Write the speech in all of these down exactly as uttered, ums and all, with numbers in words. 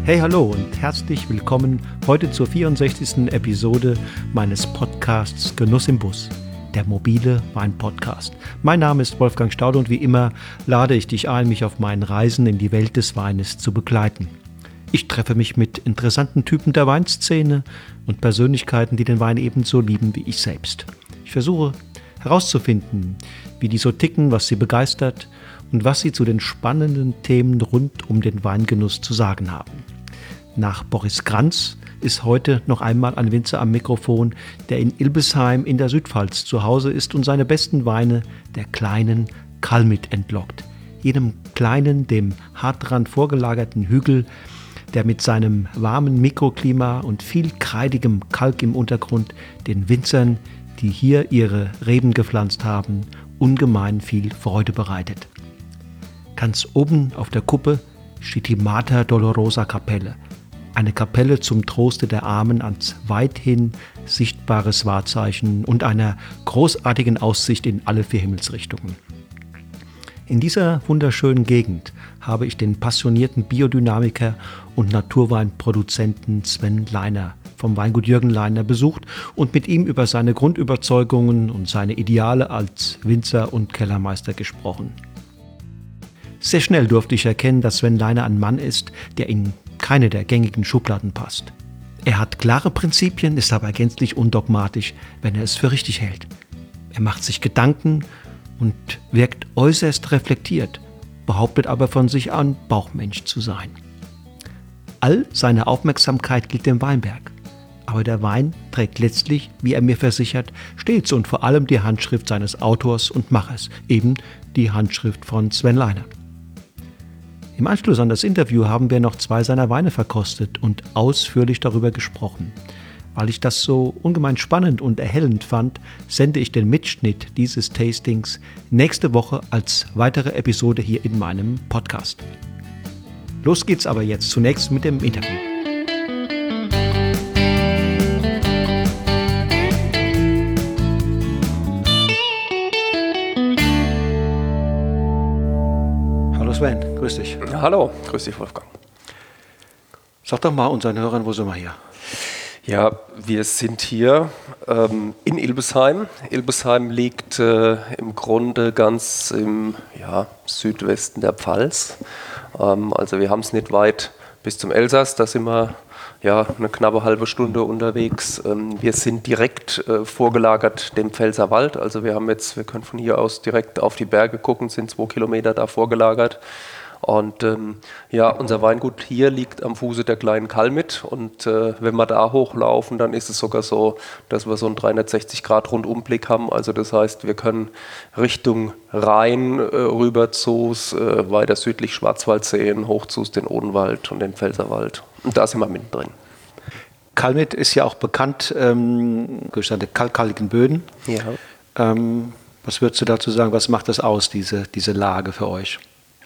Hey, hallo und herzlich willkommen heute zur vierundsechzigsten Episode meines Podcasts Genuss im Bus, der mobile Wein-Podcast. Mein Name ist Wolfgang Staude und wie immer lade ich dich ein, mich auf meinen Reisen in die Welt des Weines zu begleiten. Ich treffe mich mit interessanten Typen der Weinszene und Persönlichkeiten, die den Wein ebenso lieben wie ich selbst. Ich versuche herauszufinden, wie die so ticken, was sie begeistert und was sie zu den spannenden Themen rund um den Weingenuss zu sagen haben. Nach Boris Granz ist heute noch einmal ein Winzer am Mikrofon, der in Ilbesheim in der Südpfalz zu Hause ist und seine besten Weine der kleinen Kalmit entlockt. Jenem kleinen, dem Hartrand vorgelagerten Hügel, der mit seinem warmen Mikroklima und viel kreidigem Kalk im Untergrund den Winzern, die hier ihre Reben gepflanzt haben, ungemein viel Freude bereitet. Ganz oben auf der Kuppe steht die Mater Dolorosa Kapelle, eine Kapelle zum Troste der Armen als weithin sichtbares Wahrzeichen und einer großartigen Aussicht in alle vier Himmelsrichtungen. In dieser wunderschönen Gegend habe ich den passionierten Biodynamiker und Naturweinproduzenten Sven Leiner vom Weingut Jürgen Leiner besucht und mit ihm über seine Grundüberzeugungen und seine Ideale als Winzer und Kellermeister gesprochen. Sehr schnell durfte ich erkennen, dass Sven Leiner ein Mann ist, der in keine der gängigen Schubladen passt. Er hat klare Prinzipien, ist aber gänzlich undogmatisch, wenn er es für richtig hält. Er macht sich Gedanken und wirkt äußerst reflektiert, behauptet aber von sich ein Bauchmensch zu sein. All seine Aufmerksamkeit gilt dem Weinberg. Aber der Wein trägt letztlich, wie er mir versichert, stets und vor allem die Handschrift seines Autors und Machers, eben die Handschrift von Sven Leiner. Im Anschluss an das Interview haben wir noch zwei seiner Weine verkostet und ausführlich darüber gesprochen. Weil ich das so ungemein spannend und erhellend fand, sende ich den Mitschnitt dieses Tastings nächste Woche als weitere Episode hier in meinem Podcast. Los geht's aber jetzt zunächst mit dem Interview. Hallo Sven, grüß dich. Ja, hallo, grüß dich Wolfgang. Sag doch mal unseren Hörern, wo sind wir hier? Ja, wir sind hier ähm, in Ilbesheim. Ilbesheim liegt äh, im Grunde ganz im ja, Südwesten der Pfalz. Ähm, also wir haben es nicht weit bis zum Elsass, da sind wir ja, eine knappe halbe Stunde unterwegs. Ähm, wir sind direkt äh, vorgelagert dem Pfälzerwald. Also wir haben jetzt, wir können von hier aus direkt auf die Berge gucken, sind zwei Kilometer da vorgelagert. Und ähm, ja, unser Weingut hier liegt am Fuße der kleinen Kalmit und äh, wenn wir da hochlaufen, dann ist es sogar so, dass wir so einen dreihundertsechzig Grad Rundumblick haben. Also das heißt, wir können Richtung Rhein äh, rüber Zoos, äh, weiter südlich Schwarzwald sehen, hoch zu den Odenwald und den Pfälzerwald. Und da sind wir mittendrin. Kalmit ist ja auch bekannt ähm, durch seine kalkhaltigen Böden. Ja. Ähm, was würdest du dazu sagen, was macht das aus, diese, diese Lage für euch?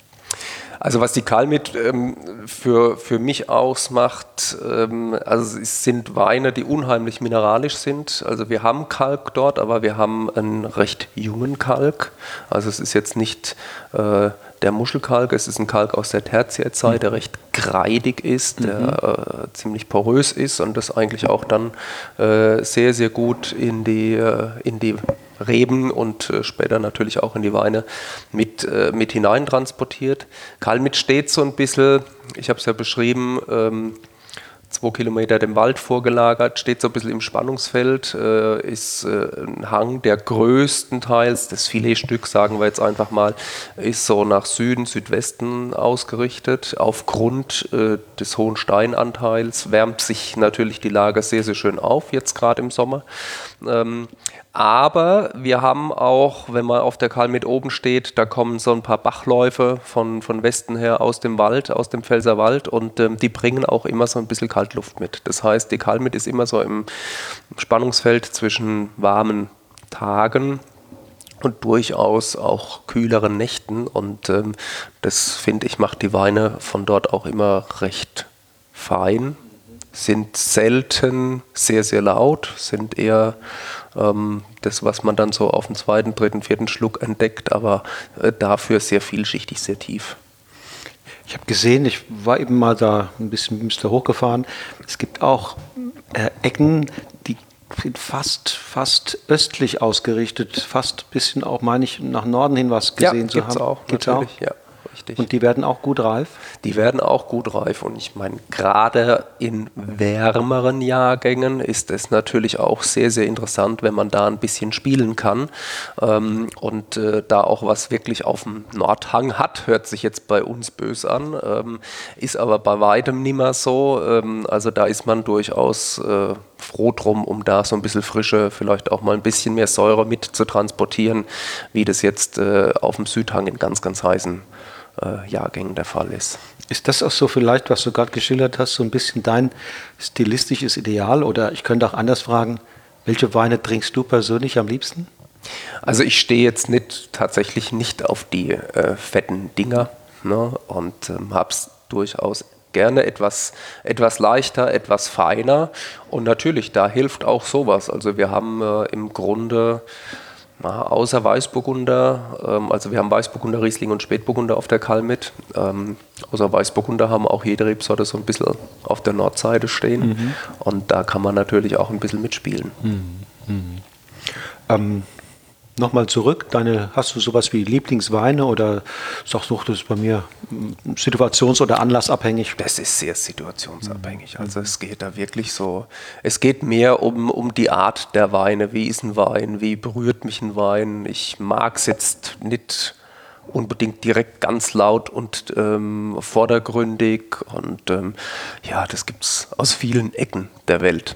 Also was die Kalmit ähm, für, für mich ausmacht, ähm, also es sind Weine, die unheimlich mineralisch sind. Also wir haben Kalk dort, aber wir haben einen recht jungen Kalk. Also es ist jetzt nicht äh, der Muschelkalk, es ist ein Kalk aus der Tertiärzeit, der recht kreidig ist, der mhm. äh, ziemlich porös ist und das eigentlich auch dann äh, sehr, sehr gut in die, äh, in die Reben und äh, später natürlich auch in die Weine mit, äh, mit hinein transportiert. Kalmit steht so ein bisschen, ich habe es ja beschrieben, ähm, zwei Kilometer dem Wald vorgelagert, steht so ein bisschen im Spannungsfeld, äh, ist äh, ein Hang, der größtenteils, das Filetstück, sagen wir jetzt einfach mal, ist so nach Süden, Südwesten ausgerichtet. Aufgrund äh, des hohen Steinanteils wärmt sich natürlich die Lage sehr, sehr schön auf, jetzt gerade im Sommer. Ähm, Aber wir haben auch, wenn man auf der Kalmit oben steht, da kommen so ein paar Bachläufe von, von Westen her aus dem Wald, aus dem Pfälzerwald und ähm, die bringen auch immer so ein bisschen Kaltluft mit. Das heißt, die Kalmit ist immer so im Spannungsfeld zwischen warmen Tagen und durchaus auch kühleren Nächten und ähm, das, finde ich, macht die Weine von dort auch immer recht fein. Sind selten sehr, sehr laut, sind eher ähm, das, was man dann so auf dem zweiten, dritten, vierten Schluck entdeckt, aber äh, dafür sehr vielschichtig, sehr tief. Ich habe gesehen, ich war eben mal da ein bisschen da hochgefahren. Es gibt auch äh, Ecken, die sind fast, fast östlich ausgerichtet, fast ein bisschen auch, meine ich, nach Norden hin was gesehen ja, zu gibt's haben. Auch, gibt's natürlich, auch? Ja. Richtig. Und die werden auch gut reif? Die werden auch gut reif und ich meine, gerade in wärmeren Jahrgängen ist es natürlich auch sehr, sehr interessant, wenn man da ein bisschen spielen kann ähm, und äh, da auch was wirklich auf dem Nordhang hat, hört sich jetzt bei uns böse an, ähm, ist aber bei weitem nicht mehr so, ähm, also da ist man durchaus äh, froh drum, um da so ein bisschen Frische, vielleicht auch mal ein bisschen mehr Säure mit zu transportieren, wie das jetzt äh, auf dem Südhang in ganz, ganz heißen Äh, Jahrgängen der Fall ist. Ist das auch so vielleicht, was du gerade geschildert hast, so ein bisschen dein stilistisches Ideal? Oder ich könnte auch anders fragen, welche Weine trinkst du persönlich am liebsten? Also ich stehe jetzt nicht tatsächlich nicht auf die äh, fetten Dinger, ne, und ähm, habe es durchaus gerne etwas, etwas leichter, etwas feiner und natürlich, da hilft auch sowas. Also wir haben äh, im Grunde Na, außer Weißburgunder, ähm, also wir haben Weißburgunder, Riesling und Spätburgunder auf der Kalmit. Ähm, außer Weißburgunder haben auch jede Rebsorte so ein bisschen auf der Nordseite stehen. Mhm. Und da kann man natürlich auch ein bisschen mitspielen. Mhm. Mhm. Ähm, Nochmal zurück, deine, hast du sowas wie Lieblingsweine oder sagst du, das ist bei mir situations- oder anlassabhängig? Das ist sehr situationsabhängig. Also es geht da wirklich so, es geht mehr um, um die Art der Weine. Wie ist ein Wein? Wie berührt mich ein Wein? Ich mag es jetzt nicht unbedingt direkt ganz laut und ähm, vordergründig. Und ähm, ja, das gibt es aus vielen Ecken der Welt.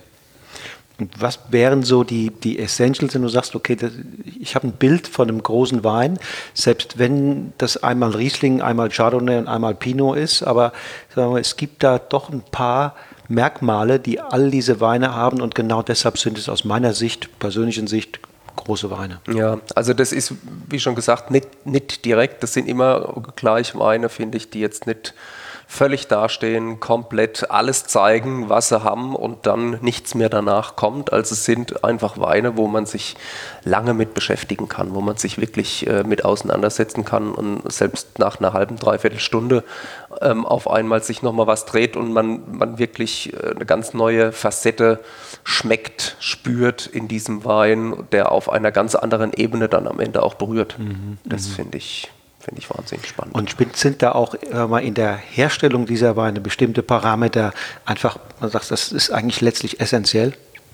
Und was wären so die, die Essentials, wenn du sagst, okay, das, ich habe ein Bild von einem großen Wein, selbst wenn das einmal Riesling, einmal Chardonnay und einmal Pinot ist, aber sagen wir, es gibt da doch ein paar Merkmale, die all diese Weine haben und genau deshalb sind es aus meiner Sicht, persönlichen Sicht, große Weine. Ja, also das ist, wie schon gesagt, nicht, nicht direkt, das sind immer gleich Weine, finde ich, die jetzt nicht völlig dastehen, komplett alles zeigen, was sie haben und dann nichts mehr danach kommt. Also es sind einfach Weine, wo man sich lange mit beschäftigen kann, wo man sich wirklich äh, mit auseinandersetzen kann und selbst nach einer halben, dreiviertel Stunde ähm, auf einmal sich nochmal was dreht und man, man wirklich äh, eine ganz neue Facette schmeckt, spürt in diesem Wein, der auf einer ganz anderen Ebene dann am Ende auch berührt. Mhm, das finde ich Finde ich wahnsinnig spannend. Und sind da auch äh, mal in der Herstellung dieser Weine bestimmte Parameter einfach, man sagt, das ist eigentlich letztlich essentiell?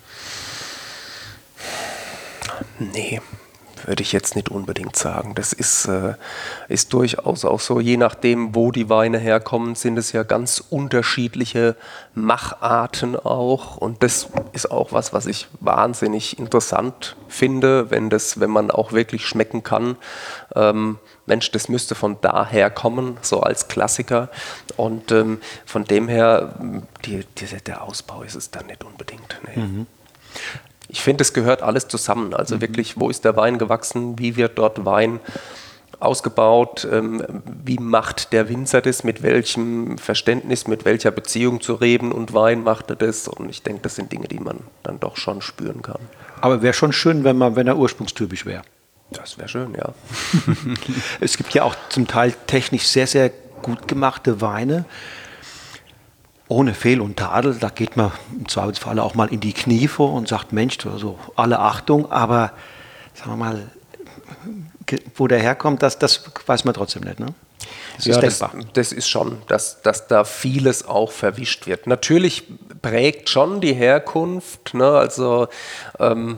Nee, würde ich jetzt nicht unbedingt sagen. Das ist, äh, ist durchaus auch so, je nachdem, wo die Weine herkommen, sind es ja ganz unterschiedliche Macharten auch. Und das ist auch was, was ich wahnsinnig interessant finde, wenn, das, wenn man auch wirklich schmecken kann. Ähm, Mensch, das müsste von daher kommen, so als Klassiker. Und ähm, von dem her, die, die, der Ausbau ist es dann nicht unbedingt. Nee. Mhm. Ich finde, es gehört alles zusammen. Also mhm. wirklich, wo ist der Wein gewachsen? Wie wird dort Wein ausgebaut? Ähm, wie macht der Winzer das? Mit welchem Verständnis, mit welcher Beziehung zu Reben und Wein macht er das? Und ich denke, das sind Dinge, die man dann doch schon spüren kann. Aber wäre schon schön, wenn, man, wenn er ursprungstypisch wäre. Das wäre schön, ja. Es gibt ja auch zum Teil technisch sehr, sehr gut gemachte Weine. Ohne Fehl und Tadel, da geht man im Zweifelsfall auch mal in die Knie vor und sagt, Mensch, also alle Achtung, aber sagen wir mal, wo der herkommt, das, das weiß man trotzdem nicht, ne? Das ja, ist das, das ist schon, dass, dass da vieles auch verwischt wird. Natürlich prägt schon die Herkunft, ne? Also ähm,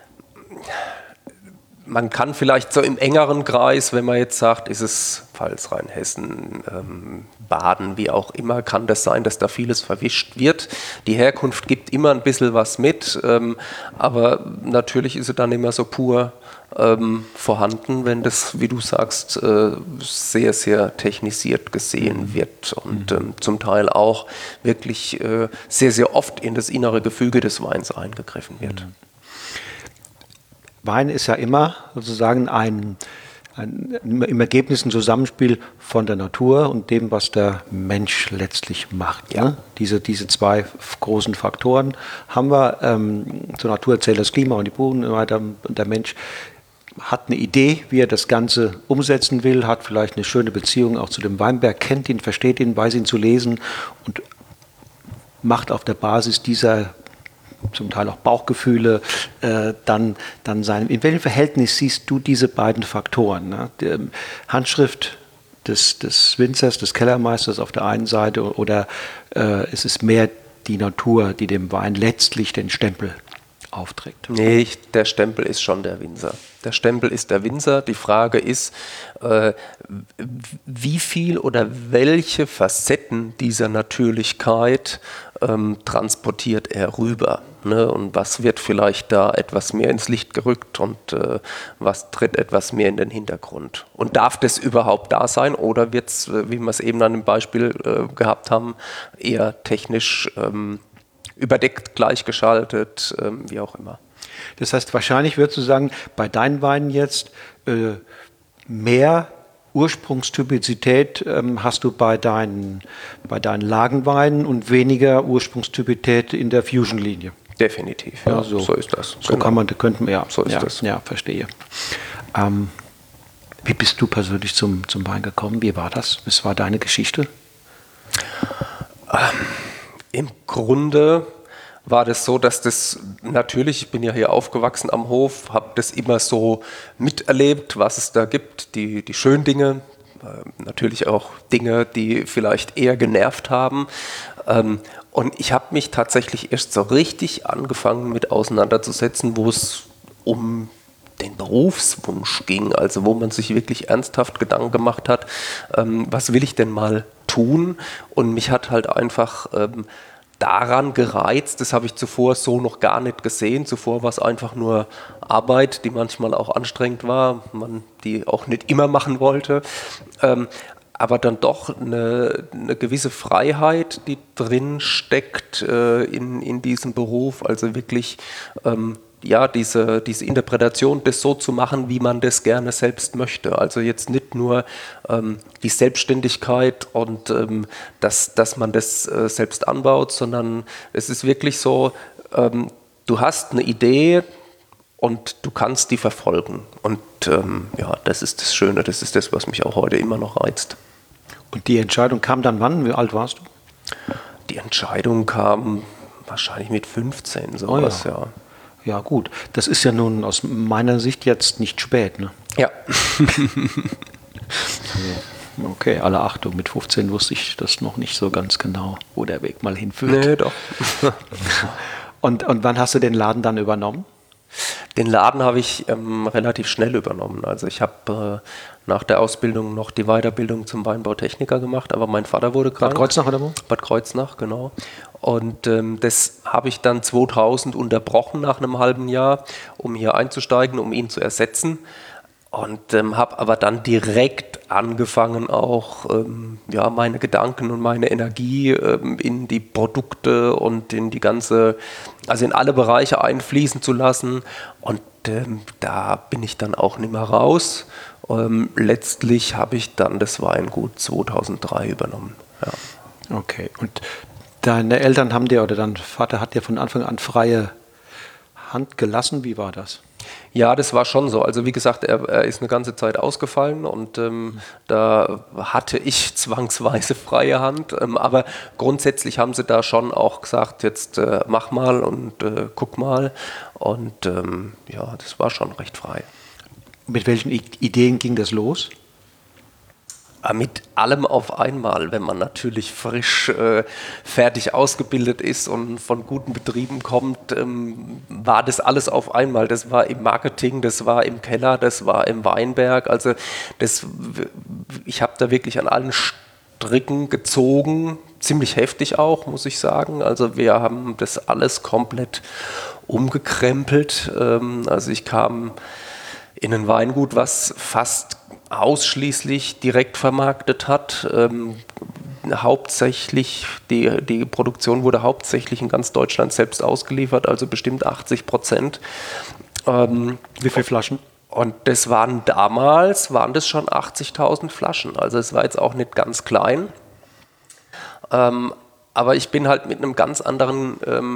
man kann vielleicht so im engeren Kreis, wenn man jetzt sagt, ist es Pfalz, Rheinhessen, ähm, Baden, wie auch immer, kann das sein, dass da vieles verwischt wird. Die Herkunft gibt immer ein bisschen was mit, ähm, aber natürlich ist sie dann immer so pur ähm, vorhanden, wenn das, wie du sagst, äh, sehr, sehr technisiert gesehen wird und ähm, zum Teil auch wirklich äh, sehr, sehr oft in das innere Gefüge des Weins eingegriffen wird. Mhm. Wein ist ja immer sozusagen ein, ein, im Ergebnis ein Zusammenspiel von der Natur und dem, was der Mensch letztlich macht. Ja. Ne? Diese, diese zwei großen Faktoren haben wir. Ähm, zur Natur zählt das Klima und die Boden und so weiter. Und der Mensch hat eine Idee, wie er das Ganze umsetzen will, hat vielleicht eine schöne Beziehung auch zu dem Weinberg, kennt ihn, versteht ihn, weiß ihn zu lesen und macht auf der Basis dieser zum Teil auch Bauchgefühle, äh, dann, dann sein. In welchem Verhältnis siehst du diese beiden Faktoren? Ne? Die Handschrift des, des Winzers, des Kellermeisters auf der einen Seite oder äh, ist es mehr die Natur, die dem Wein letztlich den Stempel aufträgt? Nee, ich, der Stempel ist schon der Winzer. Der Stempel ist der Winzer. Die Frage ist, äh, wie viel oder welche Facetten dieser Natürlichkeit ähm, transportiert er rüber? Ne? Und was wird vielleicht da etwas mehr ins Licht gerückt und äh, was tritt etwas mehr in den Hintergrund? Und darf das überhaupt da sein oder wird es, wie wir es eben an dem Beispiel äh, gehabt haben, eher technisch ähm, überdeckt, gleichgeschaltet, ähm, wie auch immer? Das heißt, wahrscheinlich würdest du sagen, bei deinen Weinen jetzt äh, mehr Ursprungstypizität ähm, hast du bei deinen, bei deinen Lagenweinen und weniger Ursprungstypizität in der Fusion-Linie. Definitiv, ja, ja so, so ist das. So genau. kann man, könnten wir, ja. So ist ja, das. Ja, verstehe. Ähm, wie bist du persönlich zum, zum Wein gekommen? Wie war das? Was war deine Geschichte? Ähm, Im Grunde war das so, dass das natürlich, ich bin ja hier aufgewachsen am Hof, habe das immer so miterlebt, was es da gibt, die, die schönen Dinge, äh, natürlich auch Dinge, die vielleicht eher genervt haben. Ähm, und ich habe mich tatsächlich erst so richtig angefangen mit auseinanderzusetzen, wo es um den Berufswunsch ging, also wo man sich wirklich ernsthaft Gedanken gemacht hat, ähm, was will ich denn mal tun? Und mich hat halt einfach ähm, daran gereizt, das habe ich zuvor so noch gar nicht gesehen. Zuvor war es einfach nur Arbeit, die manchmal auch anstrengend war, man die auch nicht immer machen wollte. Ähm, aber dann doch eine, eine gewisse Freiheit, die drin steckt äh, in, in diesem Beruf, also wirklich ähm, ja, diese, diese Interpretation, das so zu machen, wie man das gerne selbst möchte. Also jetzt nicht nur ähm, die Selbstständigkeit und ähm, dass, dass man das äh, selbst anbaut, sondern es ist wirklich so, ähm, du hast eine Idee und du kannst die verfolgen. Und ähm, ja, das ist das Schöne, das ist das, was mich auch heute immer noch reizt. Und die Entscheidung kam dann wann? Wie alt warst du? Die Entscheidung kam wahrscheinlich mit fünfzehn, sowas, oh ja. ja. Ja gut, das ist ja nun aus meiner Sicht jetzt nicht spät, ne? Ja. Okay, alle Achtung, mit fünfzehn wusste ich das noch nicht so ganz genau, wo der Weg mal hinführt. Nee, doch. und, und wann hast du den Laden dann übernommen? Den Laden habe ich ähm, relativ schnell übernommen. Also ich habe äh, nach der Ausbildung noch die Weiterbildung zum Weinbautechniker gemacht, aber mein Vater wurde krank. Bad Kreuznach oder wo? Bad Kreuznach, genau. Und ähm, das habe ich dann zweitausend unterbrochen nach einem halben Jahr, um hier einzusteigen, um ihn zu ersetzen. Und ähm, habe aber dann direkt angefangen, auch ähm, ja, meine Gedanken und meine Energie ähm, in die Produkte und in die ganze, also in alle Bereiche einfließen zu lassen. Und ähm, da bin ich dann auch nicht mehr raus. Ähm, letztlich habe ich dann das Weingut zweitausenddrei übernommen. Ja. Okay, und deine Eltern haben dir oder dein Vater hat dir von Anfang an freie Hand gelassen. Wie war das? Ja, das war schon so. Also wie gesagt, er, er ist eine ganze Zeit ausgefallen und ähm, da hatte ich zwangsweise freie Hand. Ähm, aber grundsätzlich haben sie da schon auch gesagt, jetzt äh, mach mal und äh, guck mal. Und ähm, ja, das war schon recht frei. Mit welchen I- Ideen ging das los? Mit allem auf einmal, wenn man natürlich frisch äh, fertig ausgebildet ist und von guten Betrieben kommt, ähm, war das alles auf einmal. Das war im Marketing, das war im Keller, das war im Weinberg. Also das, ich habe da wirklich an allen Stricken gezogen, ziemlich heftig auch, muss ich sagen. Also wir haben das alles komplett umgekrempelt. Ähm, also ich kam in ein Weingut, was fast ausschließlich direkt vermarktet hat. Ähm, hauptsächlich, die, die Produktion wurde hauptsächlich in ganz Deutschland selbst ausgeliefert, also bestimmt achtzig Prozent. Ähm, Wie viele Flaschen? Und das waren damals, waren das schon achtzigtausend Flaschen. Also es war jetzt auch nicht ganz klein. Ähm, aber ich bin halt mit einem ganz anderen ähm,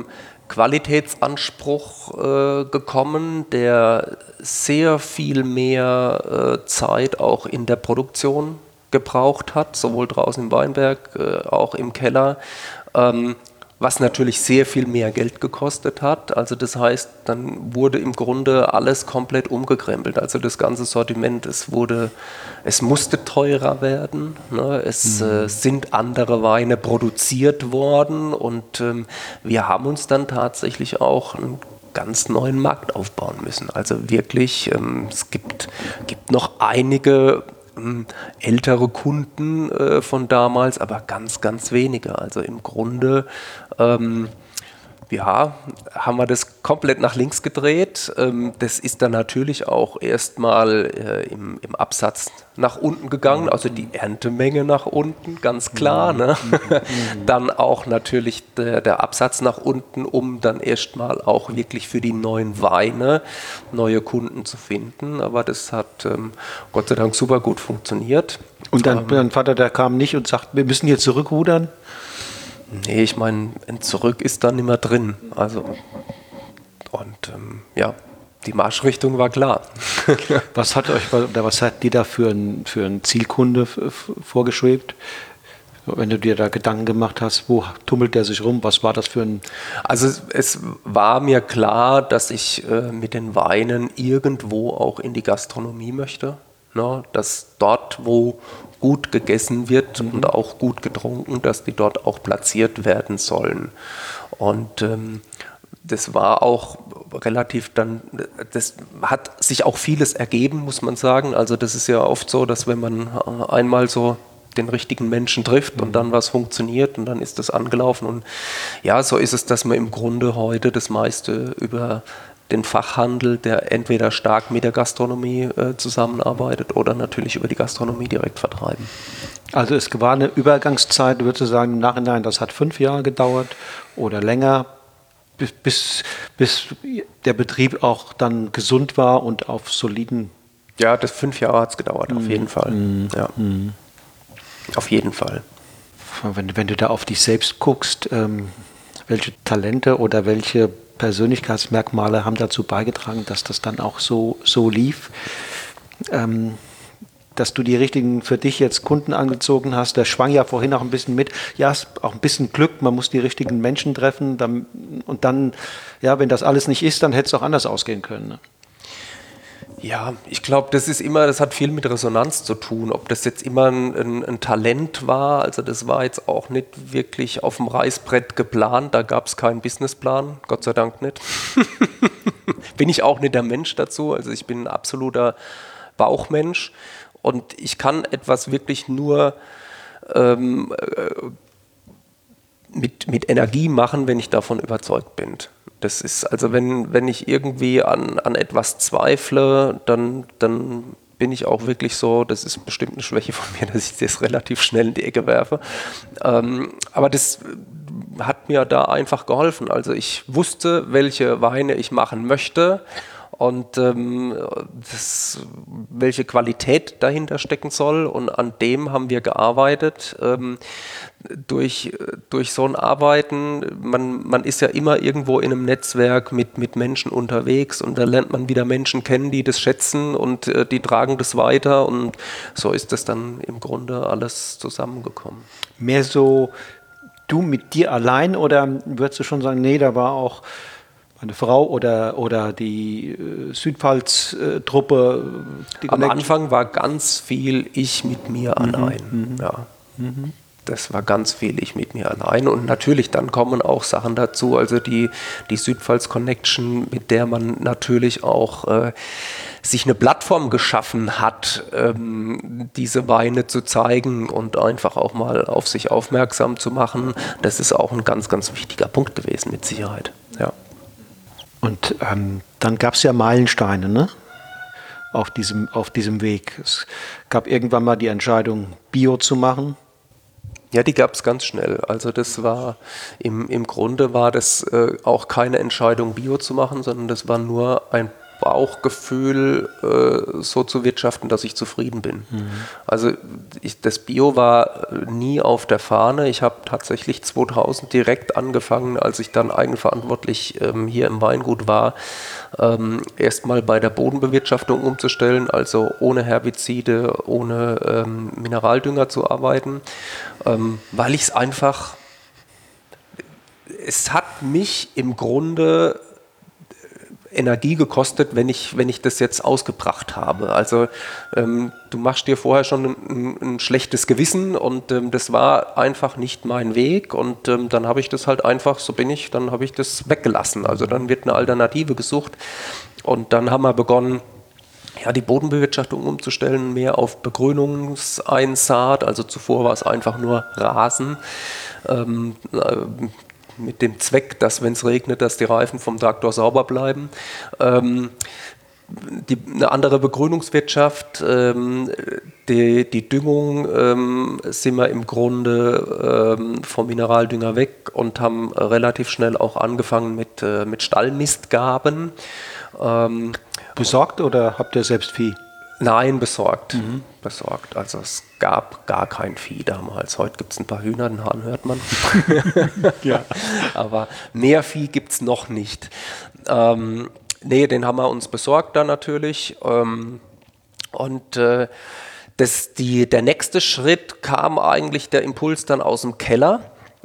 Qualitätsanspruch äh, gekommen, der sehr viel mehr äh, Zeit auch in der Produktion gebraucht hat, sowohl draußen im Weinberg, äh, auch im Keller, ähm, was natürlich sehr viel mehr Geld gekostet hat. Also das heißt, dann wurde im Grunde alles komplett umgekrempelt. Also das ganze Sortiment, es wurde, es musste teurer werden. Ne? Es mhm. äh, sind andere Weine produziert worden und ähm, wir haben uns dann tatsächlich auch einen ganz neuen Markt aufbauen müssen. Also wirklich, ähm, es gibt, gibt noch einige ältere Kunden äh, von damals, aber ganz, ganz wenige. Also im Grunde ähm, ja, haben wir das komplett nach links gedreht. Ähm, das ist dann natürlich auch erstmal äh, im, im Absatz nach unten gegangen, also die Erntemenge nach unten, ganz klar. Ne? Dann auch natürlich der, der Absatz nach unten, um dann erstmal auch wirklich für die neuen Weine neue Kunden zu finden. Aber das hat ähm, Gott sei Dank super gut funktioniert. Und dein, dein Vater, der kam nicht und sagt, wir müssen hier zurückrudern? Nee, ich meine, ein Zurück ist dann immer drin. Also, und ähm, ja, die Marschrichtung war klar. Was hat euch, oder was hat dir da für ein, für ein Zielkunde f- vorgeschwebt? Wenn du dir da Gedanken gemacht hast, wo tummelt der sich rum? Was war das für ein... Also es, es war mir klar, dass ich äh, mit den Weinen irgendwo auch in die Gastronomie möchte. Ne? Dass dort, wo gut gegessen wird mhm. und auch gut getrunken, dass die dort auch platziert werden sollen. Und ähm, das war auch relativ dann, das hat sich auch vieles ergeben, muss man sagen. Also das ist ja oft so, dass wenn man einmal so den richtigen Menschen trifft und dann was funktioniert und dann ist das angelaufen. Und ja, so ist es, dass man im Grunde heute das meiste über den Fachhandel, der entweder stark mit der Gastronomie äh, zusammenarbeitet oder natürlich über die Gastronomie direkt vertreiben. Also es war eine Übergangszeit, würdest du sagen, im Nachhinein, das hat fünf Jahre gedauert oder länger, bis, bis, bis der Betrieb auch dann gesund war und auf soliden... Ja, das fünf Jahre hat es gedauert, mm. auf jeden Fall. Mm. Ja. Mm. Auf jeden Fall. Wenn, wenn du da auf dich selbst guckst, ähm, welche Talente oder welche Persönlichkeitsmerkmale haben dazu beigetragen, dass das dann auch so, so lief, ähm, dass du die richtigen für dich jetzt Kunden angezogen hast. Der schwang ja vorhin auch ein bisschen mit. Ja, es ist auch ein bisschen Glück, man muss die richtigen Menschen treffen. Dann, und dann, ja, wenn das alles nicht ist, dann hätte es auch anders ausgehen können. Ne? Ja, ich glaube, das ist immer, das hat viel mit Resonanz zu tun. Ob das jetzt immer ein, ein, ein Talent war, also das war jetzt auch nicht wirklich auf dem Reißbrett geplant, da gab es keinen Businessplan, Gott sei Dank nicht. Bin ich auch nicht der Mensch dazu, also ich bin ein absoluter Bauchmensch und ich kann etwas wirklich nur ähm, mit, mit Energie machen, wenn ich davon überzeugt bin. Das ist, also wenn, wenn ich irgendwie an, an etwas zweifle, dann, dann bin ich auch wirklich so, das ist bestimmt eine Schwäche von mir, dass ich das relativ schnell in die Ecke werfe. Ähm, aber das hat mir da einfach geholfen. Also ich wusste, welche Weine ich machen möchte und ähm, das, welche Qualität dahinter stecken soll. Und an dem haben wir gearbeitet. Ähm, durch, durch so ein Arbeiten, man, man ist ja immer irgendwo in einem Netzwerk mit, mit Menschen unterwegs und da lernt man wieder Menschen kennen, die das schätzen und äh, die tragen das weiter und so ist das dann im Grunde alles zusammengekommen. Mehr so du mit dir allein oder würdest du schon sagen, nee, da war auch eine Frau oder, oder die äh, Südpfalz-Truppe? Äh, Am Anfang war ganz viel ich mit mir mhm. allein. Mhm. Ja. Mhm. Das war ganz viel ich mit mir allein und natürlich dann kommen auch Sachen dazu, also die, die Südpfalz Connection, mit der man natürlich auch äh, sich eine Plattform geschaffen hat, ähm, diese Weine zu zeigen und einfach auch mal auf sich aufmerksam zu machen. Das ist auch ein ganz, ganz wichtiger Punkt gewesen mit Sicherheit. Ja. Und ähm, dann gab es ja Meilensteine, ne? Auf diesem, auf diesem Weg. Es gab irgendwann mal die Entscheidung, Bio zu machen. Ja, die gab es ganz schnell. Also das war, im, im Grunde war das äh, auch keine Entscheidung, Bio zu machen, sondern das war nur ein Bauchgefühl, äh, so zu wirtschaften, dass ich zufrieden bin. Mhm. Also ich, das Bio war nie auf der Fahne. Ich habe tatsächlich zweitausend direkt angefangen, als ich dann eigenverantwortlich ähm, hier im Weingut war, ähm, erstmal bei der Bodenbewirtschaftung umzustellen, also ohne Herbizide, ohne ähm, Mineraldünger zu arbeiten, ähm, weil ich es einfach, es hat mich im Grunde Energie gekostet, wenn ich, wenn ich das jetzt ausgebracht habe. Also ähm, du machst dir vorher schon ein, ein schlechtes Gewissen und ähm, das war einfach nicht mein Weg und ähm, dann habe ich das halt einfach, so bin ich, dann habe ich das weggelassen. Also dann wird eine Alternative gesucht und dann haben wir begonnen, ja, die Bodenbewirtschaftung umzustellen, mehr auf Begrünungseinsaat. Also zuvor war es einfach nur Rasen. Ähm, äh, mit dem Zweck, dass, wenn es regnet, dass die Reifen vom Traktor sauber bleiben. Ähm, die, eine andere Begrünungswirtschaft, ähm, die, die Düngung ähm, sind wir im Grunde ähm, vom Mineraldünger weg und haben relativ schnell auch angefangen mit, äh, mit Stallmistgaben. Ähm, Besorgt oder habt ihr selbst Vieh? Nein, besorgt. Mhm. Besorgt. Also es gab gar kein Vieh damals. Heute gibt es ein paar Hühner, den Hahn hört man. Ja. Aber mehr Vieh gibt es noch nicht. Ähm, nee, den haben wir uns besorgt dann natürlich. Ähm, und äh, das, die, der nächste Schritt kam eigentlich der Impuls dann aus dem Keller.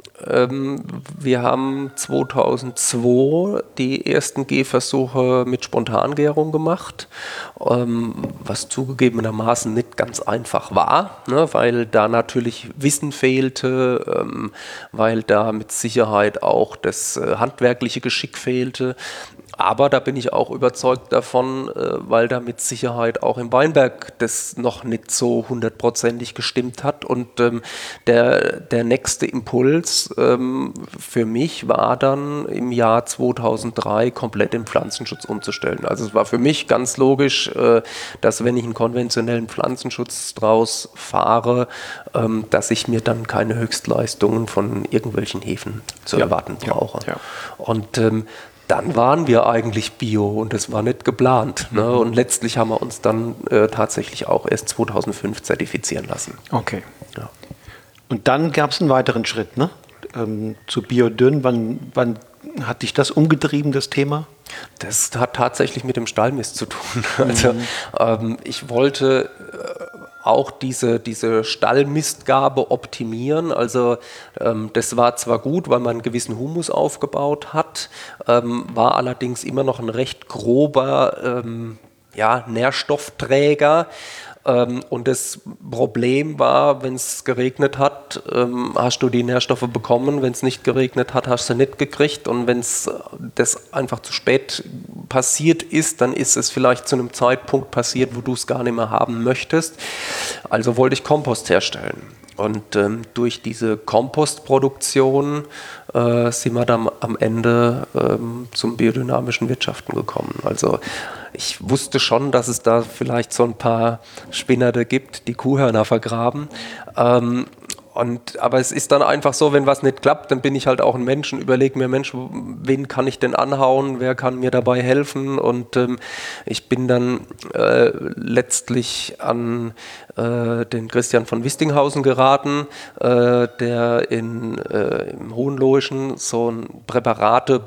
Ähm, wir haben zweitausendzwei die ersten Gärversuche mit Spontangärung gemacht, ähm, was zugegebenermaßen nicht ganz einfach war, ne, weil da natürlich Wissen fehlte, ähm, weil da mit Sicherheit auch das äh, handwerkliche Geschick fehlte. Aber da bin ich auch überzeugt davon, äh, weil da mit Sicherheit auch im Weinberg das noch nicht so hundertprozentig gestimmt hat. Und ähm, der, der nächste Impuls ähm, für mich war dann im Jahr zweitausenddrei komplett den Pflanzenschutz umzustellen. Also es war für mich ganz logisch, äh, dass wenn ich einen konventionellen Pflanzenschutz draus fahre, ähm, dass ich mir dann keine Höchstleistungen von irgendwelchen Hefen zu ja, erwarten brauche. Ja, ja. Und ähm, dann waren wir eigentlich Bio und das war nicht geplant. Ne? Mhm. Und letztlich haben wir uns dann äh, tatsächlich auch erst zweitausendfünf zertifizieren lassen. Okay. Ja. Und dann gab es einen weiteren Schritt, ne? Ähm, zu Biodünn. Wann, wann hat dich das umgetrieben, das Thema? Das hat tatsächlich mit dem Stallmist zu tun. Also mhm. ähm, ich wollte äh, auch diese, diese Stallmistgabe optimieren. Also ähm, das war zwar gut, weil man einen gewissen Humus aufgebaut hat, ähm, war allerdings immer noch ein recht grober ähm, ja, Nährstoffträger. Ähm, und das Problem war, wenn es geregnet hat, ähm, hast du die Nährstoffe bekommen. Wenn es nicht geregnet hat, hast du sie nicht gekriegt. Und wenn es das einfach zu spät passiert ist, dann ist es vielleicht zu einem Zeitpunkt passiert, wo du es gar nicht mehr haben möchtest. Also wollte ich Kompost herstellen. Und ähm, durch diese Kompostproduktion äh, sind wir dann am Ende ähm, zum biodynamischen Wirtschaften gekommen. Also ich wusste schon, dass es da vielleicht so ein paar Spinnerte gibt, die Kuhhörner vergraben. Ähm, und, aber es ist dann einfach so, wenn was nicht klappt, dann bin ich halt auch ein Mensch und überlege mir, Mensch, wen kann ich denn anhauen, wer kann mir dabei helfen? Und ähm, ich bin dann äh, letztlich an äh, den Christian von Wistinghausen geraten, äh, der in, äh, im Hohenlohischen so ein Präparate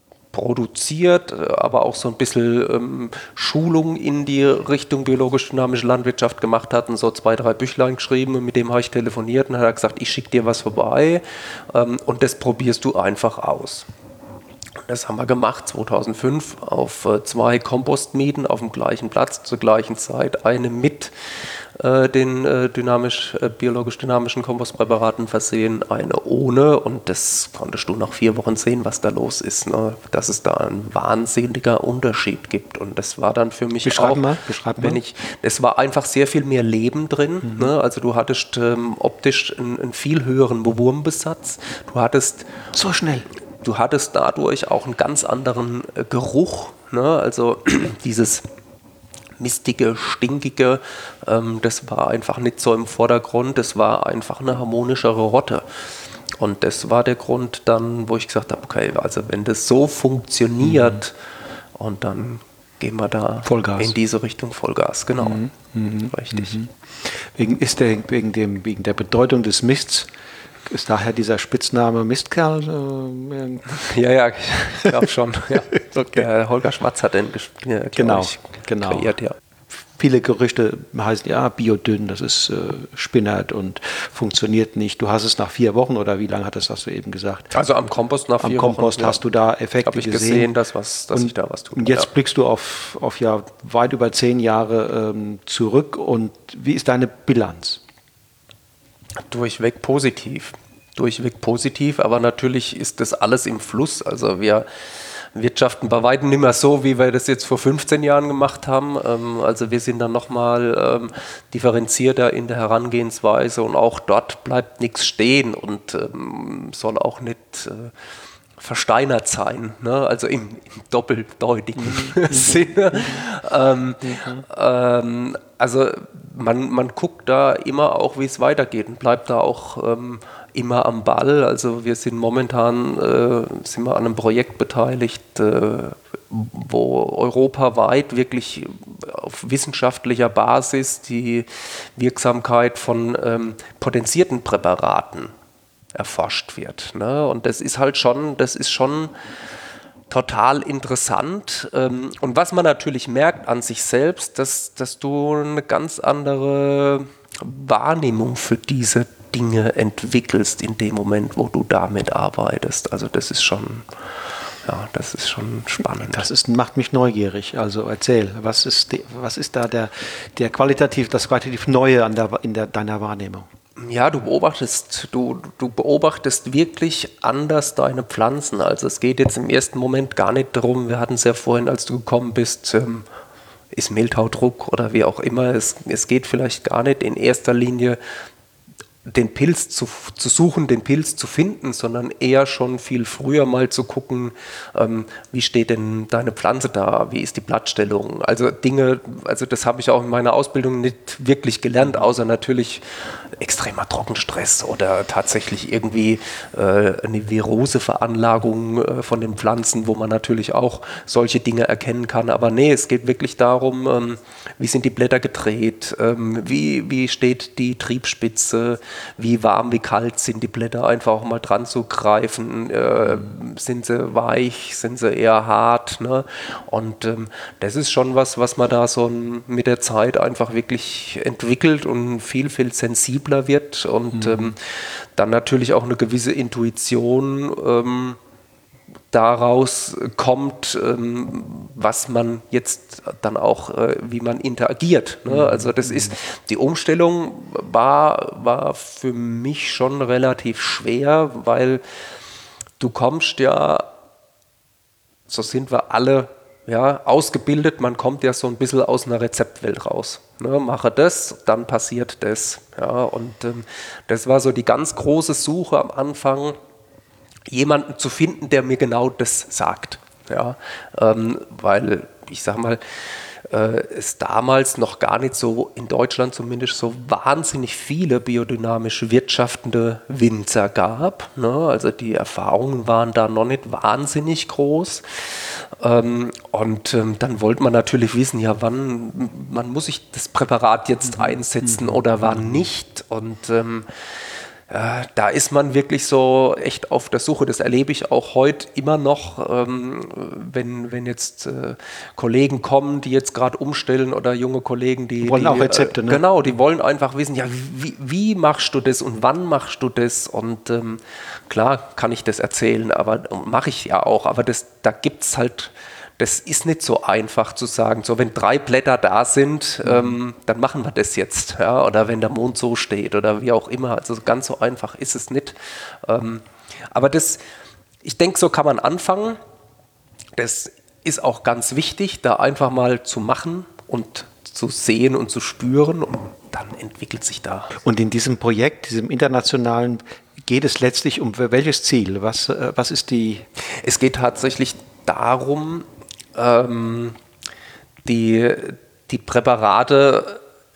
produziert, aber auch so ein bisschen ähm, Schulung in die Richtung biologisch-dynamische Landwirtschaft gemacht hat und so zwei, drei Büchlein geschrieben und mit dem habe ich telefoniert und hat er gesagt, ich schicke dir was vorbei ähm, und das probierst du einfach aus. Das haben wir gemacht, zweitausendfünf, auf äh, zwei Kompostmieten auf dem gleichen Platz zur gleichen Zeit, eine mit äh, den äh, dynamisch, äh, biologisch-dynamischen Kompostpräparaten versehen, eine ohne und das konntest du nach vier Wochen sehen, was da los ist, ne? Dass es da ein wahnsinniger Unterschied gibt und das war dann für mich Beschreib auch, mal, beschreib wenn mal. ich, es war einfach sehr viel mehr Leben drin, mhm. ne? Also du hattest ähm, optisch einen, einen viel höheren Wurmbesatz, du hattest so schnell Du hattest dadurch auch einen ganz anderen äh, Geruch, ne? Also dieses mistige, stinkige, ähm, das war einfach nicht so im Vordergrund, das war einfach eine harmonischere Rotte. Und das war der Grund dann, wo ich gesagt habe, okay, also wenn das so funktioniert, mhm. und dann gehen wir da Vollgas. in diese Richtung Vollgas. Genau, Mhm. Mhm. richtig. Mhm. Wegen, ist der, wegen, dem, wegen der Bedeutung des Mists ist daher dieser Spitzname Mistkerl? Äh, ja, ja, ich glaube schon. Ja. Okay. Der Holger Schmatz hat den äh, genau, ich, genau. kreiert, ja. Viele Gerüchte heißen, ja, biodünn, das ist äh, spinnert und funktioniert nicht. Du hast es nach vier Wochen oder wie lange hat das, hast du eben gesagt? Also am Kompost nach am vier Kompost Wochen. hast ja. du da Effekte Habe ich gesehen, gesehen, dass, was, dass und, ich da was tue. Und jetzt ja. blickst du auf, auf ja weit über zehn Jahre ähm, zurück und wie ist deine Bilanz? Durchweg positiv. Durchweg positiv, aber natürlich ist das alles im Fluss. Also wir wirtschaften bei weitem nicht mehr so, wie wir das jetzt vor fünfzehn Jahren gemacht haben. Also wir sind dann nochmal differenzierter in der Herangehensweise und auch dort bleibt nichts stehen und soll auch nicht versteinert sein, ne? Also im, im doppeldeutigen mhm. Sinne. Ähm, mhm. ähm, also man, man guckt da immer auch, wie es weitergeht und bleibt da auch ähm, immer am Ball. Also wir sind momentan äh, sind wir an einem Projekt beteiligt, äh, wo europaweit wirklich auf wissenschaftlicher Basis die Wirksamkeit von ähm, potenzierten Präparaten erforscht wird. Ne? Und das ist halt schon, das ist schon total interessant. Und was man natürlich merkt an sich selbst, dass, dass du eine ganz andere Wahrnehmung für diese Dinge entwickelst in dem Moment, wo du damit arbeitest. Also das ist schon, ja, das ist schon spannend. Das ist, macht mich neugierig. Also erzähl, was ist, die, was ist da der, der qualitativ, das qualitativ Neue an der, in der, deiner Wahrnehmung? Ja, du beobachtest, du, du beobachtest wirklich anders deine Pflanzen. Also es geht jetzt im ersten Moment gar nicht darum, wir hatten es ja vorhin, als du gekommen bist, ähm, ist Mehltaudruck oder wie auch immer. Es, es geht vielleicht gar nicht in erster Linie den Pilz zu, zu suchen, den Pilz zu finden, sondern eher schon viel früher mal zu gucken, ähm, wie steht denn deine Pflanze da, wie ist die Blattstellung. Also Dinge, also das habe ich auch in meiner Ausbildung nicht wirklich gelernt, außer natürlich extremer Trockenstress oder tatsächlich irgendwie äh, eine Viroseveranlagung äh, von den Pflanzen, wo man natürlich auch solche Dinge erkennen kann. Aber nee, es geht wirklich darum, ähm, wie sind die Blätter gedreht, ähm, wie, wie steht die Triebspitze, wie warm, wie kalt sind die Blätter, einfach auch mal dran zu greifen, äh, sind sie weich, sind sie eher hart, ne? Und ähm, das ist schon was, was man da so mit der Zeit einfach wirklich entwickelt und viel, viel sensibler wird und mhm. ähm, dann natürlich auch eine gewisse Intuition ähm, daraus kommt, ähm, was man jetzt dann auch, äh, wie man interagiert. Ne? Also das ist, die Umstellung war, war für mich schon relativ schwer, weil du kommst ja, so sind wir alle ja, ausgebildet, man kommt ja so ein bisschen aus einer Rezeptwelt raus. Ne? Mache das, dann passiert das. Ja? Und ähm, das war so die ganz große Suche am Anfang, jemanden zu finden, der mir genau das sagt. Ja, ähm, weil, ich sag mal, äh, es damals noch gar nicht so, in Deutschland zumindest, so wahnsinnig viele biodynamisch wirtschaftende Winzer gab. Ne? Also die Erfahrungen waren da noch nicht wahnsinnig groß. Ähm, und ähm, dann wollte man natürlich wissen, ja, wann, wann muss ich das Präparat jetzt einsetzen oder wann nicht. Und ähm, Äh, da ist man wirklich so echt auf der Suche. Das erlebe ich auch heute immer noch, ähm, wenn, wenn jetzt äh, Kollegen kommen, die jetzt gerade umstellen oder junge Kollegen, die... Die wollen die, auch Rezepte, äh, ne? Genau, die wollen einfach wissen, ja, wie, wie machst du das und wann machst du das? Und ähm, klar kann ich das erzählen, aber mache ich ja auch, aber das, da gibt es halt... Das ist nicht so einfach zu sagen, so wenn drei Blätter da sind, mhm. ähm, dann machen wir das jetzt. Ja? Oder wenn der Mond so steht oder wie auch immer. Also ganz so einfach ist es nicht. Ähm, aber das, ich denke, so kann man anfangen. Das ist auch ganz wichtig, da einfach mal zu machen und zu sehen und zu spüren. Und dann entwickelt sich da. Und in diesem Projekt, diesem internationalen, geht es letztlich um welches Ziel? Was, äh, was ist die... Es geht tatsächlich darum, Ähm, die, die Präparate,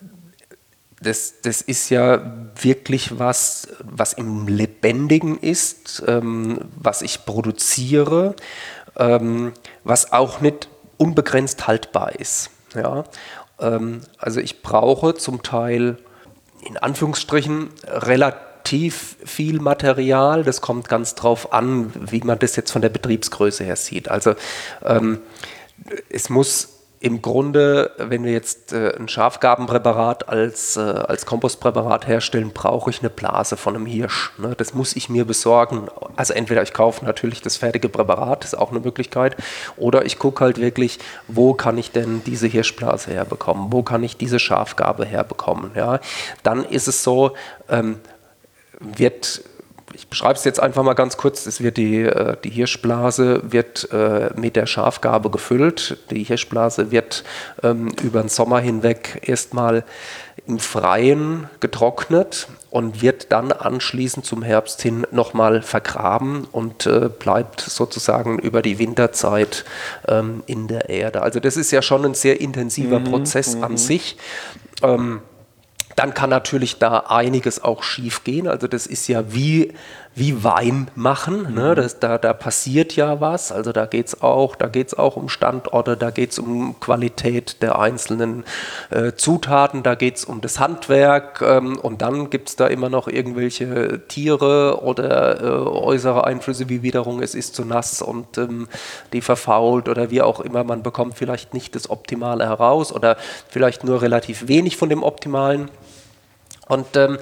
das, das ist ja wirklich was, was im Lebendigen ist, ähm, was ich produziere, ähm, was auch nicht unbegrenzt haltbar ist. Ja? Ähm, also ich brauche zum Teil in Anführungsstrichen relativ viel Material. Das kommt ganz drauf an, wie man das jetzt von der Betriebsgröße her sieht. Also ähm, es muss im Grunde, wenn wir jetzt äh, ein Schafgarbenpräparat als, äh, als Kompostpräparat herstellen, brauche ich eine Blase von einem Hirsch. Ne? Das muss ich mir besorgen. Also entweder ich kaufe natürlich das fertige Präparat, das ist auch eine Möglichkeit, oder ich gucke halt wirklich, wo kann ich denn diese Hirschblase herbekommen, wo kann ich diese Schafgarbe herbekommen. Ja? Dann ist es so, ähm, wird... Ich beschreibe es jetzt einfach mal ganz kurz. Es wird die, die Hirschblase wird äh, mit der Schafgarbe gefüllt. Die Hirschblase wird ähm, über den Sommer hinweg erstmal im Freien getrocknet und wird dann anschließend zum Herbst hin nochmal vergraben und äh, bleibt sozusagen über die Winterzeit ähm, in der Erde. Also das ist ja schon ein sehr intensiver mhm, Prozess m- an sich. Ähm, Dann kann natürlich da einiges auch schief gehen. Also das ist ja wie, wie Wein machen. Ne? Das, da, da passiert ja was. Also da geht es auch, da geht's auch um Standorte, da geht es um Qualität der einzelnen äh, Zutaten, da geht es um das Handwerk. Ähm, und dann gibt es da immer noch irgendwelche Tiere oder äh, äußere Einflüsse wie Witterung, es ist zu nass und ähm, die verfault oder wie auch immer. Man bekommt vielleicht nicht das Optimale heraus oder vielleicht nur relativ wenig von dem Optimalen. Und ähm,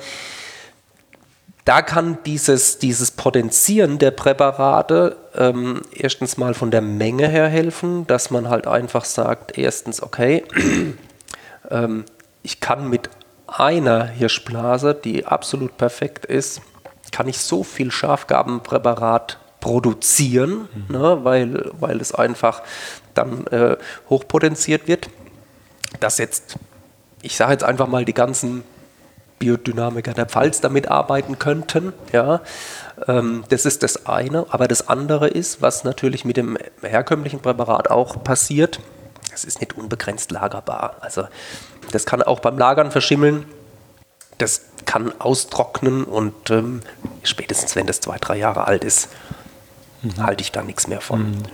da kann dieses, dieses Potenzieren der Präparate ähm, erstens mal von der Menge her helfen, dass man halt einfach sagt, erstens, okay, ähm, ich kann mit einer Hirschblase, die absolut perfekt ist, kann ich so viel Schafgarbenpräparat produzieren, mhm. ne, weil, weil es einfach dann äh, hochpotenziert wird, dass jetzt, ich sage jetzt einfach mal, die ganzen Biodynamiker der Pfalz damit arbeiten könnten. Ja, ähm, das ist das eine. Aber das andere ist, was natürlich mit dem herkömmlichen Präparat auch passiert, es ist nicht unbegrenzt lagerbar. Also das kann auch beim Lagern verschimmeln. Das kann austrocknen und ähm, spätestens, wenn das zwei, drei Jahre alt ist, mhm. halte ich da nichts mehr von. Mhm.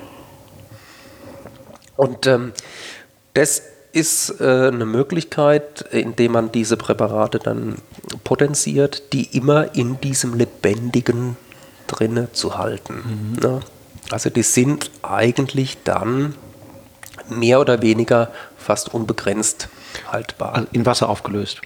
Und ähm, das ist äh, eine Möglichkeit, indem man diese Präparate dann potenziert, die immer in diesem Lebendigen drinne zu halten. Mhm. Ne? Also die sind eigentlich dann mehr oder weniger fast unbegrenzt haltbar. Also in Wasser aufgelöst?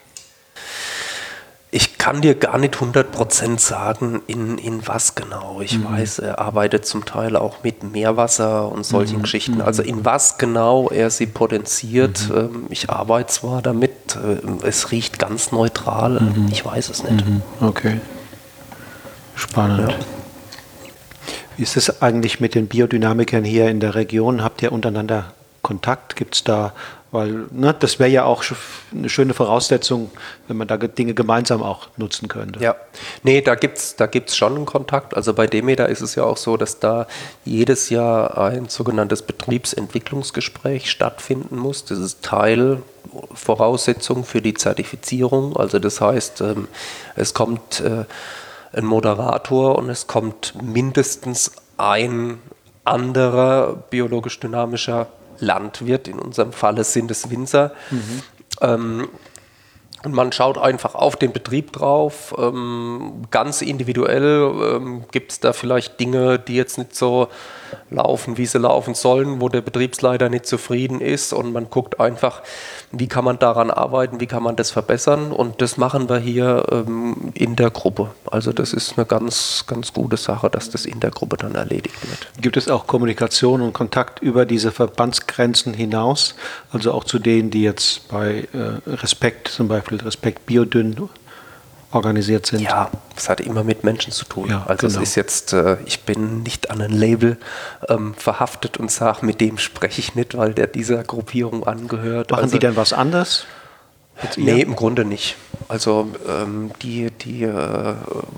Ich kann dir gar nicht hundert Prozent sagen, in, in was genau. Ich mhm. weiß, er arbeitet zum Teil auch mit Meerwasser und solchen mhm. Geschichten. Also in was genau er sie potenziert. Mhm. Ähm, ich arbeite zwar damit, äh, es riecht ganz neutral. Mhm. Ich weiß es nicht. Mhm. Okay. Spannend. Ja. Wie ist es eigentlich mit den Biodynamikern hier in der Region? Habt ihr untereinander Kontakt? Gibt es da, weil ne, das wäre ja auch eine schöne Voraussetzung, wenn man da Dinge gemeinsam auch nutzen könnte. Ja, nee, da gibt es da gibt's schon einen Kontakt. Also bei Demeter ist es ja auch so, dass da jedes Jahr ein sogenanntes Betriebsentwicklungsgespräch stattfinden muss. Das ist Teil, Voraussetzung für die Zertifizierung. Also das heißt, ähm, es kommt äh, ein Moderator und es kommt mindestens ein anderer biologisch dynamischer Landwirt, in unserem Falle sind es Winzer. Mhm. Ähm, und man schaut einfach auf den Betrieb drauf. Ähm, ganz individuell ähm, gibt es da vielleicht Dinge, die jetzt nicht so laufen, wie sie laufen sollen, wo der Betriebsleiter nicht zufrieden ist. Und man guckt einfach, wie kann man daran arbeiten, wie kann man das verbessern. Und das machen wir hier ähm, in der Gruppe. Also das ist eine ganz, ganz gute Sache, dass das in der Gruppe dann erledigt wird. Gibt es auch Kommunikation und Kontakt über diese Verbandsgrenzen hinaus? Also auch zu denen, die jetzt bei äh, Respekt, zum Beispiel Respekt Biodyn organisiert sind? Ja, es hat immer mit Menschen zu tun. Ja, also genau. Es ist jetzt, äh, ich bin nicht an ein Label ähm, verhaftet und sage, mit dem spreche ich nicht, weil der dieser Gruppierung angehört. Machen also, die denn was anders? Nee, im Grunde nicht. Also ähm, die, die äh,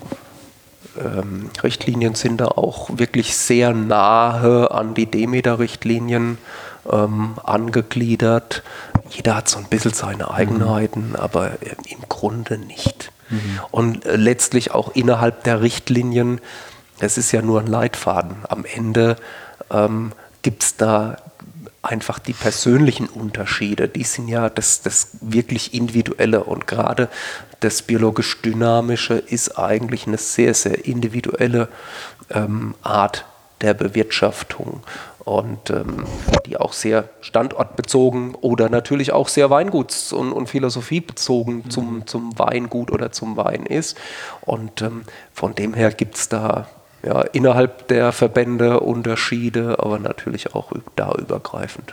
ähm, Richtlinien sind da auch wirklich sehr nahe an die Demeter-Richtlinien ähm, angegliedert. Jeder hat so ein bisschen seine Eigenheiten, mhm. aber äh, im Grunde nicht. Mhm. Und äh, letztlich auch innerhalb der Richtlinien, es ist ja nur ein Leitfaden. Am Ende ähm, gibt es da einfach die persönlichen Unterschiede, die sind ja das, das wirklich Individuelle, und gerade das biologisch Dynamische ist eigentlich eine sehr, sehr individuelle ähm, Art der Bewirtschaftung, und ähm, die auch sehr standortbezogen oder natürlich auch sehr weinguts- und, und philosophiebezogen mhm. zum, zum Weingut oder zum Wein ist. Und ähm, von dem her gibt es da ja, innerhalb der Verbände Unterschiede, aber natürlich auch da übergreifend.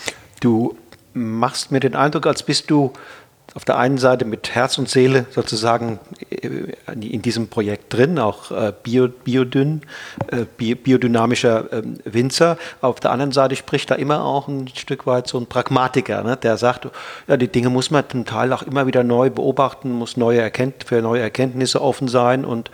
Du machst mir den Eindruck, als bist du auf der einen Seite mit Herz und Seele sozusagen in diesem Projekt drin, auch Bio, Biodyn, biodynamischer Winzer. Auf der anderen Seite spricht da immer auch ein Stück weit so ein Pragmatiker, ne, der sagt, ja, die Dinge muss man zum Teil auch immer wieder neu beobachten, muss neue Erkennt- für neue Erkenntnisse offen sein und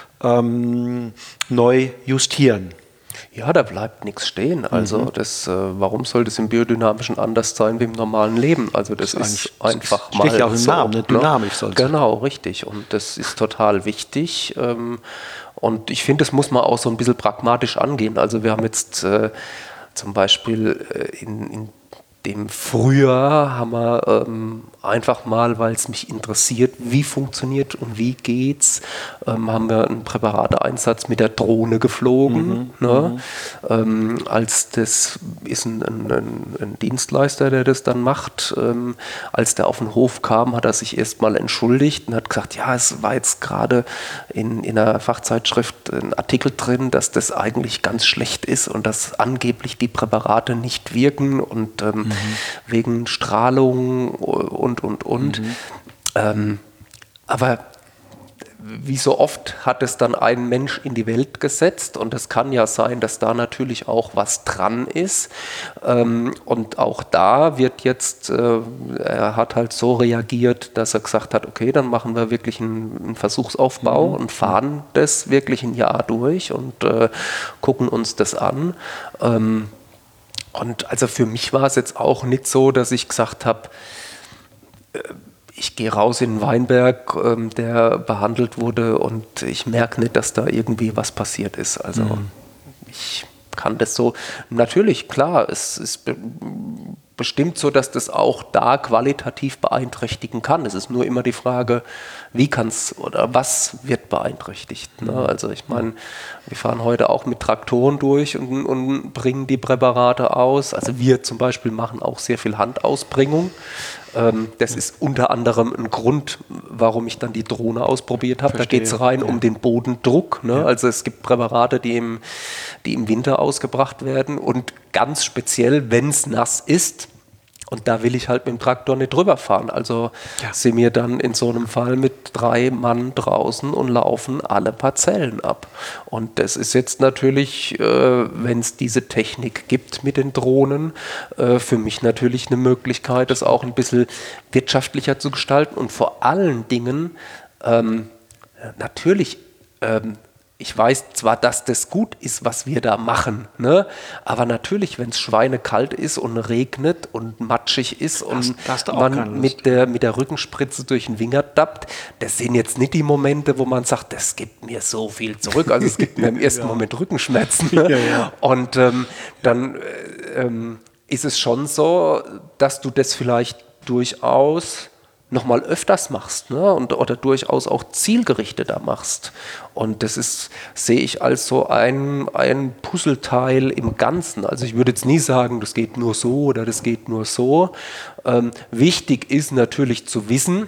ähm, neu justieren. Ja, da bleibt nichts stehen. Also mhm. das, äh, warum soll das im Biodynamischen anders sein wie im normalen Leben? Also das, das ist, ist einfach mal steht ja auch im so, Namen, ne? Dynamisch soll es sein. Genau, richtig. Und das ist total wichtig. Ähm, und ich finde, das muss man auch so ein bisschen pragmatisch angehen. Also wir haben jetzt äh, zum Beispiel äh, in, in dem Frühjahr haben wir ähm, einfach mal, weil es mich interessiert, wie funktioniert und wie geht's, ähm, haben wir einen Präparateeinsatz mit der Drohne geflogen. Mhm, ne? ähm, als das ist ein, ein, ein Dienstleister, der das dann macht. Ähm, als der auf den Hof kam, hat er sich erstmal entschuldigt und hat gesagt, ja, es war jetzt gerade in, in einer Fachzeitschrift ein Artikel drin, dass das eigentlich ganz schlecht ist und dass angeblich die Präparate nicht wirken und ähm, mhm. wegen Strahlung und, und, und. Mhm. Ähm, aber wie so oft hat es dann ein Mensch in die Welt gesetzt, und es kann ja sein, dass da natürlich auch was dran ist. Ähm, und auch da wird jetzt, äh, er hat halt so reagiert, dass er gesagt hat, okay, dann machen wir wirklich einen, einen Versuchsaufbau mhm. und fahren das wirklich ein Jahr durch und äh, gucken uns das an. Ähm, Und also für mich war es jetzt auch nicht so, dass ich gesagt habe, ich gehe raus in den Weinberg, der behandelt wurde, und ich merke nicht, dass da irgendwie was passiert ist. Also mhm. ich kann das so, natürlich, klar, es ist bestimmt so, dass das auch da qualitativ beeinträchtigen kann. Es ist nur immer die Frage, wie kann es oder was wird beeinträchtigt. Ne? Also ich meine, wir fahren heute auch mit Traktoren durch und, und bringen die Präparate aus. Also wir zum Beispiel machen auch sehr viel Handausbringung. Ähm, das ist unter anderem ein Grund, warum ich dann die Drohne ausprobiert habe. Da geht es rein ja. um den Bodendruck. Ne? Ja. Also es gibt Präparate, die im, die im Winter ausgebracht werden, und ganz speziell, wenn es nass ist. Und da will ich halt mit dem Traktor nicht drüber fahren. Also ja. sind wir dann in so einem Fall mit drei Mann draußen und laufen alle Parzellen ab. Und das ist jetzt natürlich, äh, wenn es diese Technik gibt mit den Drohnen, äh, für mich natürlich eine Möglichkeit, das auch ein bisschen wirtschaftlicher zu gestalten. Und vor allen Dingen, ähm, natürlich, ähm, ich weiß zwar, dass das gut ist, was wir da machen, ne? Aber natürlich, wenn es schweinekalt ist und regnet und matschig ist und das, das man mit der, mit der Rückenspritze durch den Finger tappt, das sind jetzt nicht die Momente, wo man sagt, das gibt mir so viel zurück. Also es gibt mir im ersten ja. Moment Rückenschmerzen. Ne? Ja, ja. Und ähm, dann äh, ähm, ist es schon so, dass du das vielleicht durchaus nochmal öfters machst, ne? Und, oder durchaus auch zielgerichteter machst. Und das ist, sehe ich als so ein, ein Puzzleteil im Ganzen. Also ich würde jetzt nie sagen, das geht nur so oder das geht nur so. Ähm, wichtig ist natürlich zu wissen,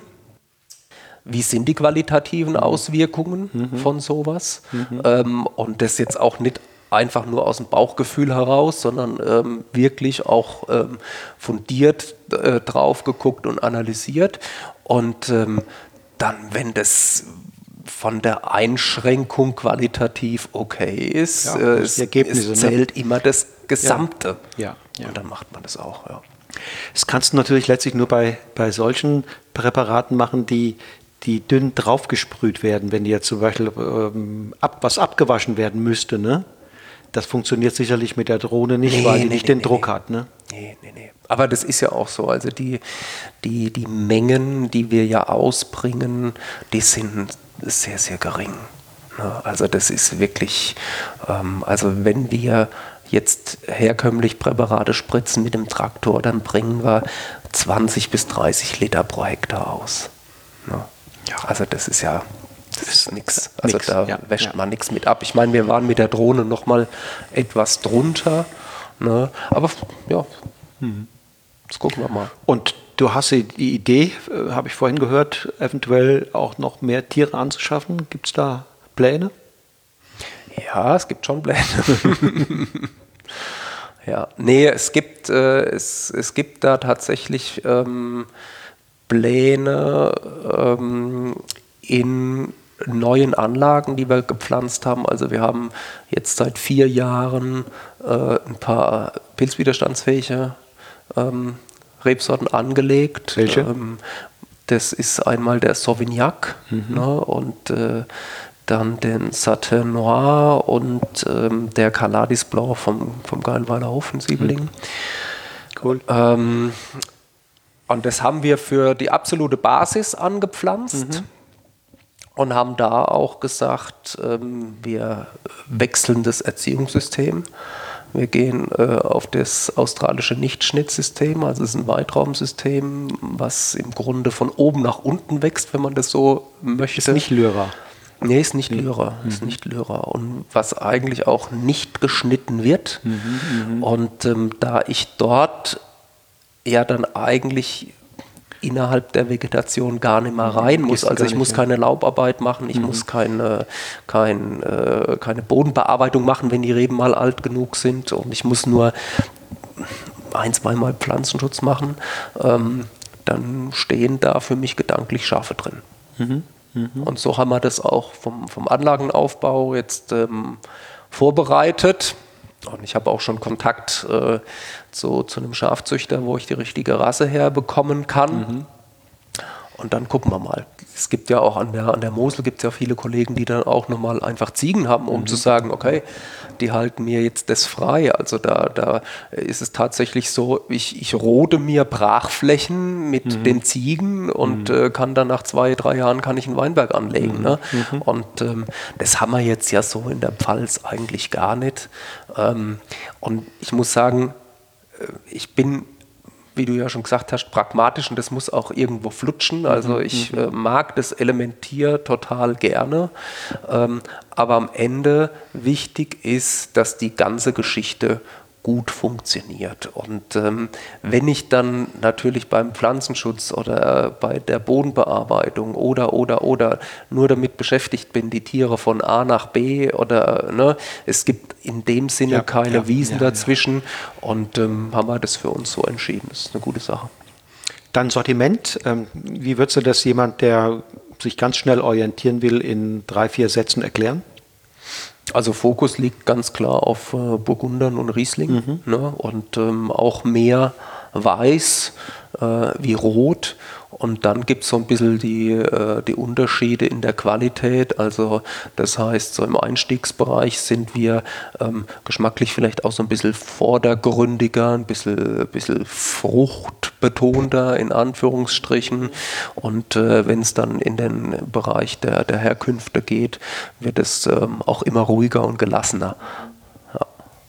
wie sind die qualitativen Auswirkungen mhm. von sowas. Mhm. Ähm, und das jetzt auch nicht einfach nur aus dem Bauchgefühl heraus, sondern ähm, wirklich auch ähm, fundiert äh, drauf geguckt und analysiert. Und ähm, dann, wenn das von der Einschränkung qualitativ okay ist, ja, äh, es, es zählt ne? immer das Gesamte. Ja. Ja. Ja. Und dann macht man das auch, ja. Das kannst du natürlich letztlich nur bei, bei solchen Präparaten machen, die die dünn draufgesprüht werden, wenn die jetzt zum Beispiel ähm, ab, was abgewaschen werden müsste, ne? Das funktioniert sicherlich mit der Drohne nicht, nee, weil die nee, nicht nee, den nee, Druck nee. hat. Ne? Nee, nee, nee. Aber das ist ja auch so. Also die, die, die Mengen, die wir ja ausbringen, die sind sehr, sehr gering. Also das ist wirklich, ähm, also wenn wir jetzt herkömmlich Präparate spritzen mit dem Traktor, dann bringen wir zwanzig bis dreißig Liter pro Hektar aus. Ne? Ja, also das ist ja das ist nichts. Also nix, da ja, wäscht ja. man nichts mit ab. Ich meine, wir waren mit der Drohne noch mal etwas drunter. Ne? Aber ja, hm. das gucken wir mal. Und du hast die Idee, äh, habe ich vorhin gehört, eventuell auch noch mehr Tiere anzuschaffen. Gibt es da Pläne? Ja, es gibt schon Pläne. ja, nee, es gibt, äh, es, es gibt da tatsächlich ähm, Pläne ähm, in neuen Anlagen, die wir gepflanzt haben. Also wir haben jetzt seit vier Jahren äh, ein paar pilzwiderstandsfähige ähm, Rebsorten angelegt. Welche? Ähm, das ist einmal der Sauvignac mhm. ne, und äh, dann den Satin Noir und ähm, der Caladice Blanc vom, vom Geilweiler Hof in Siebelingen. Cool. Ähm, und das haben wir für die absolute Basis angepflanzt. Mhm. Und haben da auch gesagt, ähm, wir wechseln das Erziehungssystem. Wir gehen äh, auf das australische Nichtschnittsystem, also es ist ein Weitraumsystem, was im Grunde von oben nach unten wächst, wenn man das so möchte. Ist nicht Lyra. Nee, ist nicht Lyra, mhm. ist nicht Lyra. Und was eigentlich auch nicht geschnitten wird. Mhm, und ähm, da ich dort ja dann eigentlich innerhalb der Vegetation gar nicht mehr rein muss. Also ich muss nicht, keine ja. Laubarbeit machen, ich mhm. muss keine, kein, äh, keine Bodenbearbeitung machen, wenn die Reben mal alt genug sind, und ich muss nur ein, zweimal Pflanzenschutz machen, ähm, dann stehen da für mich gedanklich Schafe drin. Mhm. Mhm. Und so haben wir das auch vom, vom Anlagenaufbau jetzt ähm, vorbereitet. Und ich habe auch schon Kontakt äh, zu, zu einem Schafzüchter, wo ich die richtige Rasse herbekommen kann. Mhm. Und dann gucken wir mal. Es gibt ja auch an der, an der Mosel gibt es ja viele Kollegen, die dann auch nochmal einfach Ziegen haben, um mhm. zu sagen, okay, die halten mir jetzt das frei. Also da, da ist es tatsächlich so, ich, ich rode mir Brachflächen mit mhm. den Ziegen und mhm. äh, kann dann nach zwei, drei Jahren kann ich einen Weinberg anlegen. Mhm. Ne? Mhm. Und ähm, das haben wir jetzt ja so in der Pfalz eigentlich gar nicht. Ähm, und ich muss sagen, ich bin, wie du ja schon gesagt hast, pragmatisch, und das muss auch irgendwo flutschen. Also ich mhm. äh, mag das Elementier total gerne, ähm, aber am Ende wichtig ist, dass die ganze Geschichte gut funktioniert. Und ähm, wenn ich dann natürlich beim Pflanzenschutz oder bei der Bodenbearbeitung oder, oder, oder nur damit beschäftigt bin, die Tiere von A nach B oder, ne, es gibt in dem Sinne ja, keine ja, Wiesen ja, dazwischen ja. und ähm, haben wir das für uns so entschieden. Das ist eine gute Sache. Dann Sortiment. Ähm, wie würdest du das jemand, der sich ganz schnell orientieren will, in drei, vier Sätzen erklären? Also Fokus liegt ganz klar auf äh, Burgundern und Riesling, mhm. ne? Und ähm, auch mehr Weiß äh, wie Rot. Und dann gibt es so ein bisschen die, äh, die Unterschiede in der Qualität. Also das heißt, so im Einstiegsbereich sind wir ähm, geschmacklich vielleicht auch so ein bisschen vordergründiger, ein bisschen, bisschen fruchtbetonter in Anführungsstrichen. Und äh, wenn es dann in den Bereich der, der Herkünfte geht, wird es ähm, auch immer ruhiger und gelassener. Ja.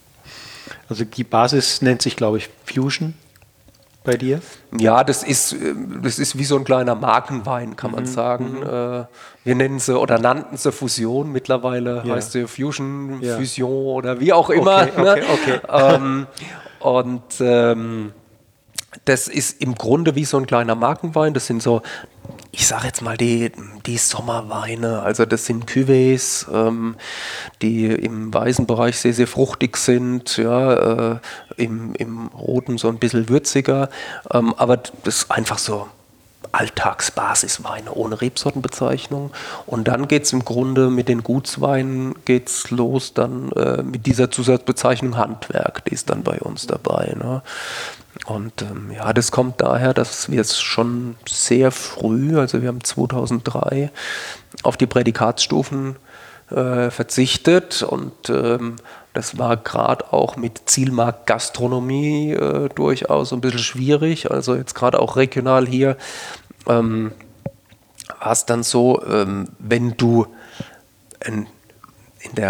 Also die Basis nennt sich, glaube ich, Fusion. Bei dir? Ja, das ist, das ist wie so ein kleiner Markenwein, kann man mhm, sagen. Mhm. Wir nennen sie oder nannten sie Fusion. Mittlerweile ja. heißt sie Fusion, ja. Fusion oder wie auch immer. Okay, okay, okay. ähm, und ähm, das ist im Grunde wie so ein kleiner Markenwein. Das sind so, ich sage jetzt mal, die, die Sommerweine. Also das sind Cuvées, ähm, die im weißen Bereich sehr, sehr fruchtig sind, ja, äh, im, im roten so ein bisschen würziger. Ähm, aber das ist einfach so Alltagsbasisweine ohne Rebsortenbezeichnung. Und dann geht es im Grunde mit den Gutsweinen geht's los dann äh, mit dieser Zusatzbezeichnung Handwerk. Die ist dann bei uns dabei. Ne? Und ähm, ja, das kommt daher, dass wir es schon sehr früh, also wir haben zweitausenddrei auf die Prädikatsstufen äh, verzichtet, und ähm, das war gerade auch mit Zielmarkt Gastronomie äh, durchaus ein bisschen schwierig, also jetzt gerade auch regional hier ähm, war es dann so, ähm, wenn du in, in der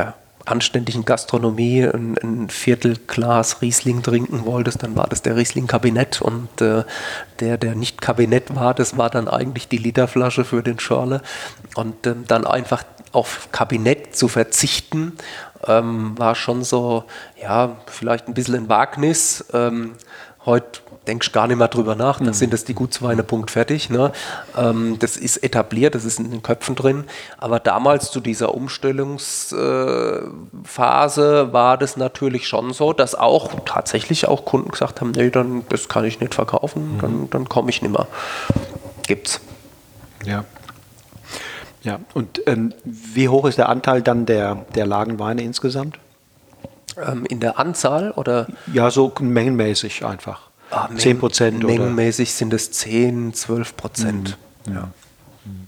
anständigen Gastronomie ein, ein Viertelglas Riesling trinken wolltest, dann war das der Riesling-Kabinett und äh, der, der nicht Kabinett war, das war dann eigentlich die Literflasche für den Schorle und ähm, dann einfach auf Kabinett zu verzichten, ähm, war schon so, ja, vielleicht ein bisschen ein Wagnis. Ähm, heute denkst du gar nicht mehr drüber nach, da sind das die Gutsweine, Punkt, fertig. Ne? Ähm, das ist etabliert, das ist in den Köpfen drin. Aber damals zu dieser Umstellungsphase äh, war das natürlich schon so, dass auch tatsächlich auch Kunden gesagt haben, nee, dann, das kann ich nicht verkaufen, mhm. dann, dann komme ich nicht mehr. Gibt's. Ja. Ja, und ähm, wie hoch ist der Anteil dann der, der Lagenweine insgesamt? Ähm, in der Anzahl oder? Ja, so mengenmäßig einfach. Ah, zehn Prozent oder? Mengenmäßig sind es zehn, zwölf Prozent. Mhm. Ja. Mhm.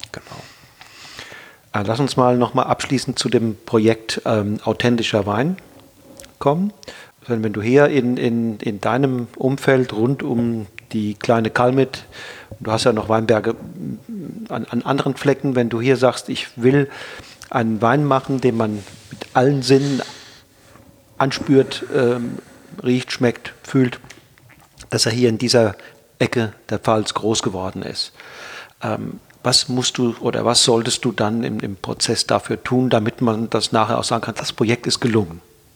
Genau. Äh, lass uns mal nochmal abschließend zu dem Projekt ähm, authentischer Wein kommen. Also wenn du hier in, in, in deinem Umfeld rund um die kleine Kalmit, du hast ja noch Weinberge an, an anderen Flecken, wenn du hier sagst, ich will einen Wein machen, den man mit allen Sinnen anspürt, ähm, riecht, schmeckt, fühlt, dass er hier in dieser Ecke der Pfalz groß geworden ist. Ähm, was musst du oder was solltest du dann im, im Prozess dafür tun, damit man das nachher auch sagen kann, das Projekt ist gelungen?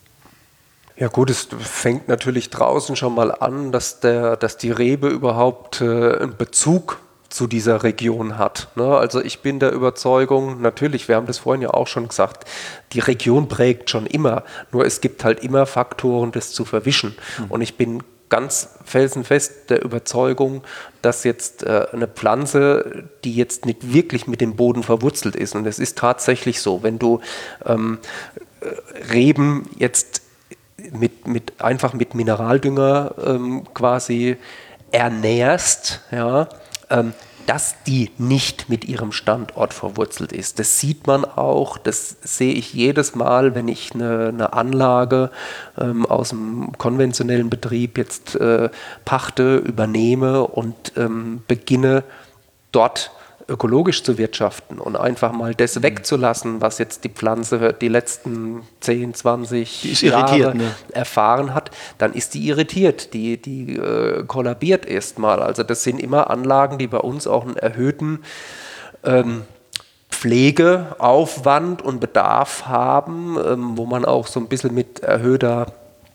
Ja gut, es fängt natürlich draußen schon mal an, dass, der, dass die Rebe überhaupt äh, einen Bezug zu dieser Region hat. Ne? Also ich bin der Überzeugung, natürlich, wir haben das vorhin ja auch schon gesagt, die Region prägt schon immer, nur es gibt halt immer Faktoren, das zu verwischen. Mhm. Und ich bin ganz felsenfest der Überzeugung, dass jetzt äh, eine Pflanze, die jetzt nicht wirklich mit dem Boden verwurzelt ist, und es ist tatsächlich so, wenn du ähm, Reben jetzt mit, mit, einfach mit Mineraldünger ähm, quasi ernährst, ja, ähm, dass die nicht mit ihrem Standort verwurzelt ist. Das sieht man auch, das sehe ich jedes Mal, wenn ich eine, eine Anlage ähm, aus dem konventionellen Betrieb jetzt äh, pachte, übernehme und ähm, beginne dort ökologisch zu wirtschaften und einfach mal das wegzulassen, was jetzt die Pflanze die letzten zehn, zwanzig Jahre ne? erfahren hat, dann ist die irritiert, die, die äh, kollabiert erstmal. Also das sind immer Anlagen, die bei uns auch einen erhöhten ähm, Pflegeaufwand und Bedarf haben, ähm, wo man auch so ein bisschen mit erhöhter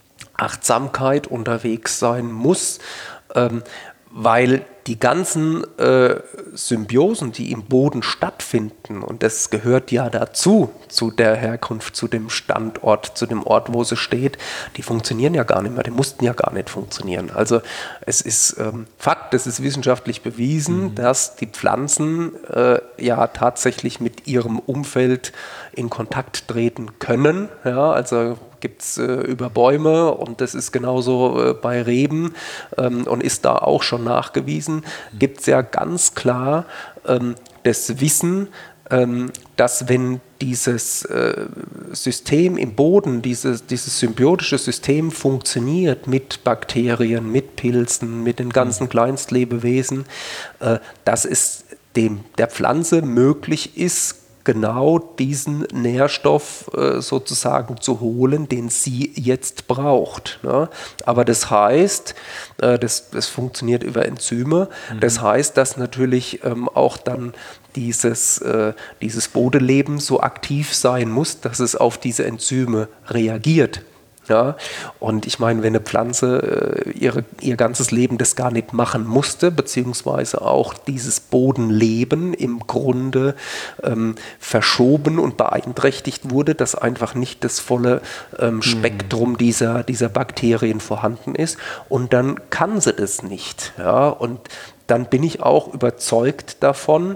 Achtsamkeit unterwegs sein muss, ähm, weil die ganzen äh, Symbiosen, die im Boden stattfinden, und das gehört ja dazu, zu der Herkunft, zu dem Standort, zu dem Ort, wo sie steht, die funktionieren ja gar nicht mehr, die mussten ja gar nicht funktionieren. Also es ist ähm, Fakt, es ist wissenschaftlich bewiesen, mhm. dass die Pflanzen äh, ja tatsächlich mit ihrem Umfeld in Kontakt treten können. Ja, also gibt es äh, über Bäume und das ist genauso äh, bei Reben ähm, und ist da auch schon nachgewiesen, gibt es ja ganz klar ähm, das Wissen, ähm, dass wenn dieses äh, System im Boden, dieses, dieses symbiotische System funktioniert mit Bakterien, mit Pilzen, mit den ganzen Kleinstlebewesen, äh, dass es dem, der Pflanze möglich ist, genau diesen Nährstoff äh, sozusagen zu holen, den sie jetzt braucht. Ne? Aber das heißt, äh, das, das funktioniert über Enzyme, mhm. das heißt, dass natürlich ähm, auch dann dieses, äh, dieses Bodenleben so aktiv sein muss, dass es auf diese Enzyme reagiert. Ja, und ich meine, wenn eine Pflanze äh, ihre, ihr ganzes Leben das gar nicht machen musste, beziehungsweise auch dieses Bodenleben im Grunde ähm, verschoben und beeinträchtigt wurde, dass einfach nicht das volle ähm, Spektrum mhm. dieser, dieser Bakterien vorhanden ist, und dann kann sie das nicht. Ja, und dann bin ich auch überzeugt davon,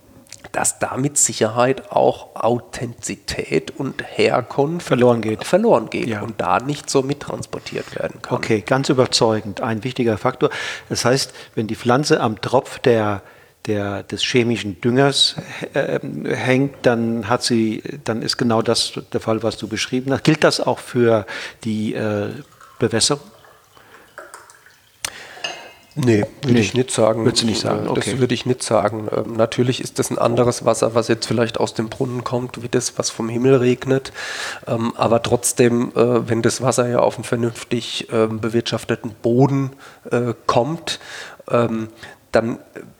dass da mit Sicherheit auch Authentizität und Herkunft verloren geht, verloren geht ja. und da nicht so mittransportiert werden kann. Okay, ganz überzeugend. Ein wichtiger Faktor. Das heißt, wenn die Pflanze am Tropf der, der, des chemischen Düngers äh, hängt, dann hat sie, dann ist genau das der Fall, was du beschrieben hast. Gilt das auch für die äh, Bewässerung? Nee, würde Nee, ich nicht sagen. würdest du nicht sagen, Äh, okay. Das würde ich nicht sagen. Ähm, natürlich ist das ein anderes Wasser, was jetzt vielleicht aus dem Brunnen kommt, wie das, was vom Himmel regnet. Ähm, aber trotzdem, äh, wenn das Wasser ja auf einen vernünftig ähm, bewirtschafteten Boden äh, kommt, ähm, dann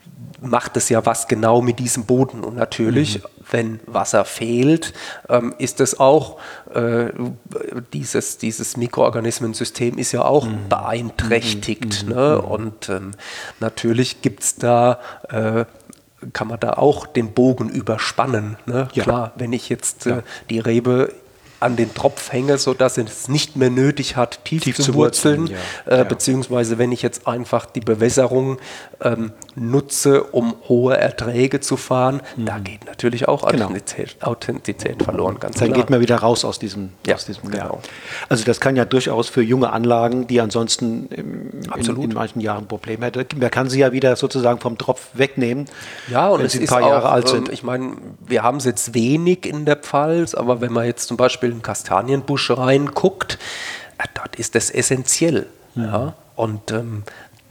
macht es ja was genau mit diesem Boden. Und natürlich, mhm. wenn Wasser fehlt, ähm, ist es auch, äh, dieses, dieses Mikroorganismensystem ist ja auch mhm. beeinträchtigt. Mhm. Ne? Und ähm, natürlich gibt es da, äh, kann man da auch den Bogen überspannen. Ne? Ja. Klar, wenn ich jetzt ja. äh, die Rebe an den Tropf hänge, sodass es nicht mehr nötig hat, tief, tief zu wurzeln, ja. Äh, ja. beziehungsweise wenn ich jetzt einfach die Bewässerung ähm, nutze, um hohe Erträge zu fahren, mhm. da geht natürlich auch genau. Authentizität, Authentizität verloren, ganz Dann klar. geht man wieder raus aus diesem, ja, aus diesem genau. Ja. Also das kann ja durchaus für junge Anlagen, die ansonsten im, in, in manchen Jahren Probleme hätte, man kann sie ja wieder sozusagen vom Tropf wegnehmen, ja, und wenn es sie ein ist paar auch, Jahre alt ähm, sind. Ich meine, wir haben es jetzt wenig in der Pfalz, aber wenn man jetzt zum Beispiel in den Kastanienbusch reinguckt, äh, dort ist das essentiell. Mhm. Ja? Und ähm,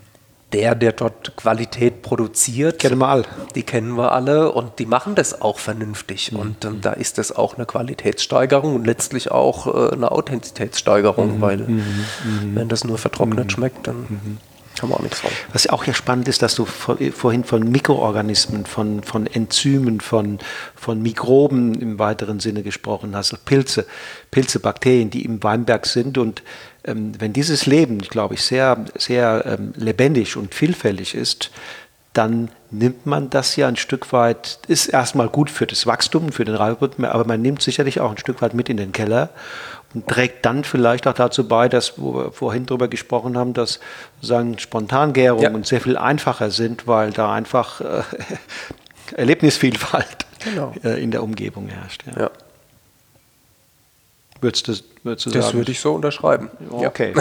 der, der dort Qualität produziert, kennen wir alle. Die kennen wir alle und die machen das auch vernünftig. Mhm. Und ähm, da ist das auch eine Qualitätssteigerung und letztlich auch äh, eine Authentizitätssteigerung, mhm. weil mhm. wenn das nur vertrocknet mhm. schmeckt, dann mhm. kann man auch nichts sagen. Was auch ja spannend ist, dass du vor, vorhin von Mikroorganismen, von, von Enzymen, von, von Mikroben im weiteren Sinne gesprochen hast, Pilze, Pilze, Bakterien, die im Weinberg sind. Und ähm, wenn dieses Leben, glaube ich, sehr, sehr ähm, lebendig und vielfältig ist, dann nimmt man das ja ein Stück weit, ist erstmal gut für das Wachstum, für den Reifrhythmus, aber man nimmt sicherlich auch ein Stück weit mit in den Keller und trägt dann vielleicht auch dazu bei, dass, wo wir vorhin drüber gesprochen haben, dass sozusagen Spontangärungen ja. sehr viel einfacher sind, weil da einfach äh, Erlebnisvielfalt genau. äh, in der Umgebung herrscht. Ja. Ja. Würdest du, würdest du das sagen? würde ich so unterschreiben. Okay.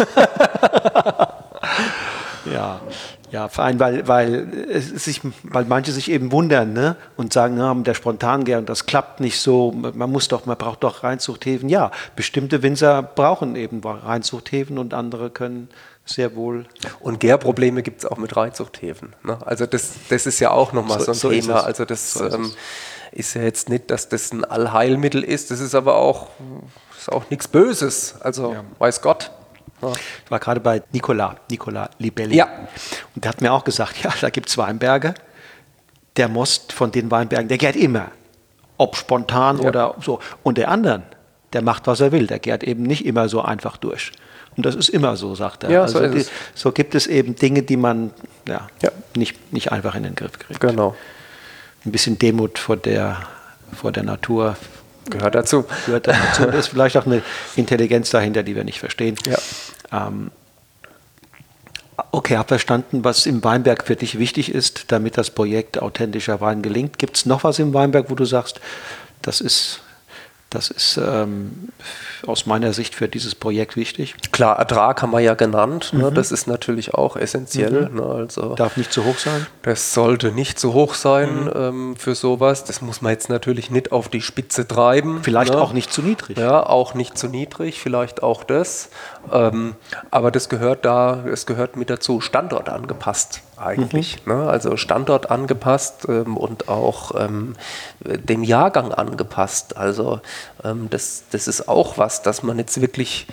Ja, ja, vor allem, weil, weil, es sich, weil manche sich eben wundern, ne? Und sagen, ja, der Spontangärung, das klappt nicht so, man muss doch, man braucht doch Reinzuchthäfen. Ja, bestimmte Winzer brauchen eben Reinzuchthäfen und andere können sehr wohl. Und Gärprobleme gibt es auch mit Reinzuchthäfen. Ne? Also das, das ist ja auch nochmal so, so ein so Thema. Also das so ist, ähm, ist ja jetzt nicht, dass das ein Allheilmittel ist, das ist aber auch, ist auch nichts Böses. Also ja. weiß Gott. Ja. Ich war gerade bei Nicola, Nicola Libelli. Ja. Und der hat mir auch gesagt, ja, da gibt es Weinberge. Der Most von den Weinbergen, der gärt immer. Ob spontan ja. oder so. Und der anderen, der macht, was er will. Der gärt eben nicht immer so einfach durch. Und das ist immer so, sagt er. Ja, also so, ist die, es. so gibt es eben Dinge, die man ja, ja. Nicht, nicht einfach in den Griff kriegt. Genau. Ein bisschen Demut vor der, vor der Natur. Gehört dazu. Gehört dazu. Da ist vielleicht auch eine Intelligenz dahinter, die wir nicht verstehen. Ja. Ähm, okay, habe verstanden, was im Weinberg für dich wichtig ist, damit das Projekt authentischer Wein gelingt. Gibt es noch was im Weinberg, wo du sagst, das ist, das ist ähm, aus meiner Sicht für dieses Projekt wichtig? Klar, Ertrag haben wir ja genannt. Ne? Mhm. Das ist natürlich auch essentiell. Mhm. Ne? Also darf nicht zu hoch sein? Das sollte nicht zu hoch sein mhm. ähm, für sowas. Das muss man jetzt natürlich nicht auf die Spitze treiben. Vielleicht ne? auch nicht zu niedrig. Ja, auch nicht zu niedrig, vielleicht auch das. Ähm, aber das gehört da, es gehört mit dazu, Standort angepasst eigentlich. Mhm. Ne? Also Standort angepasst ähm, und auch ähm, dem Jahrgang angepasst. Also ähm, das, das ist auch was, dass man jetzt wirklich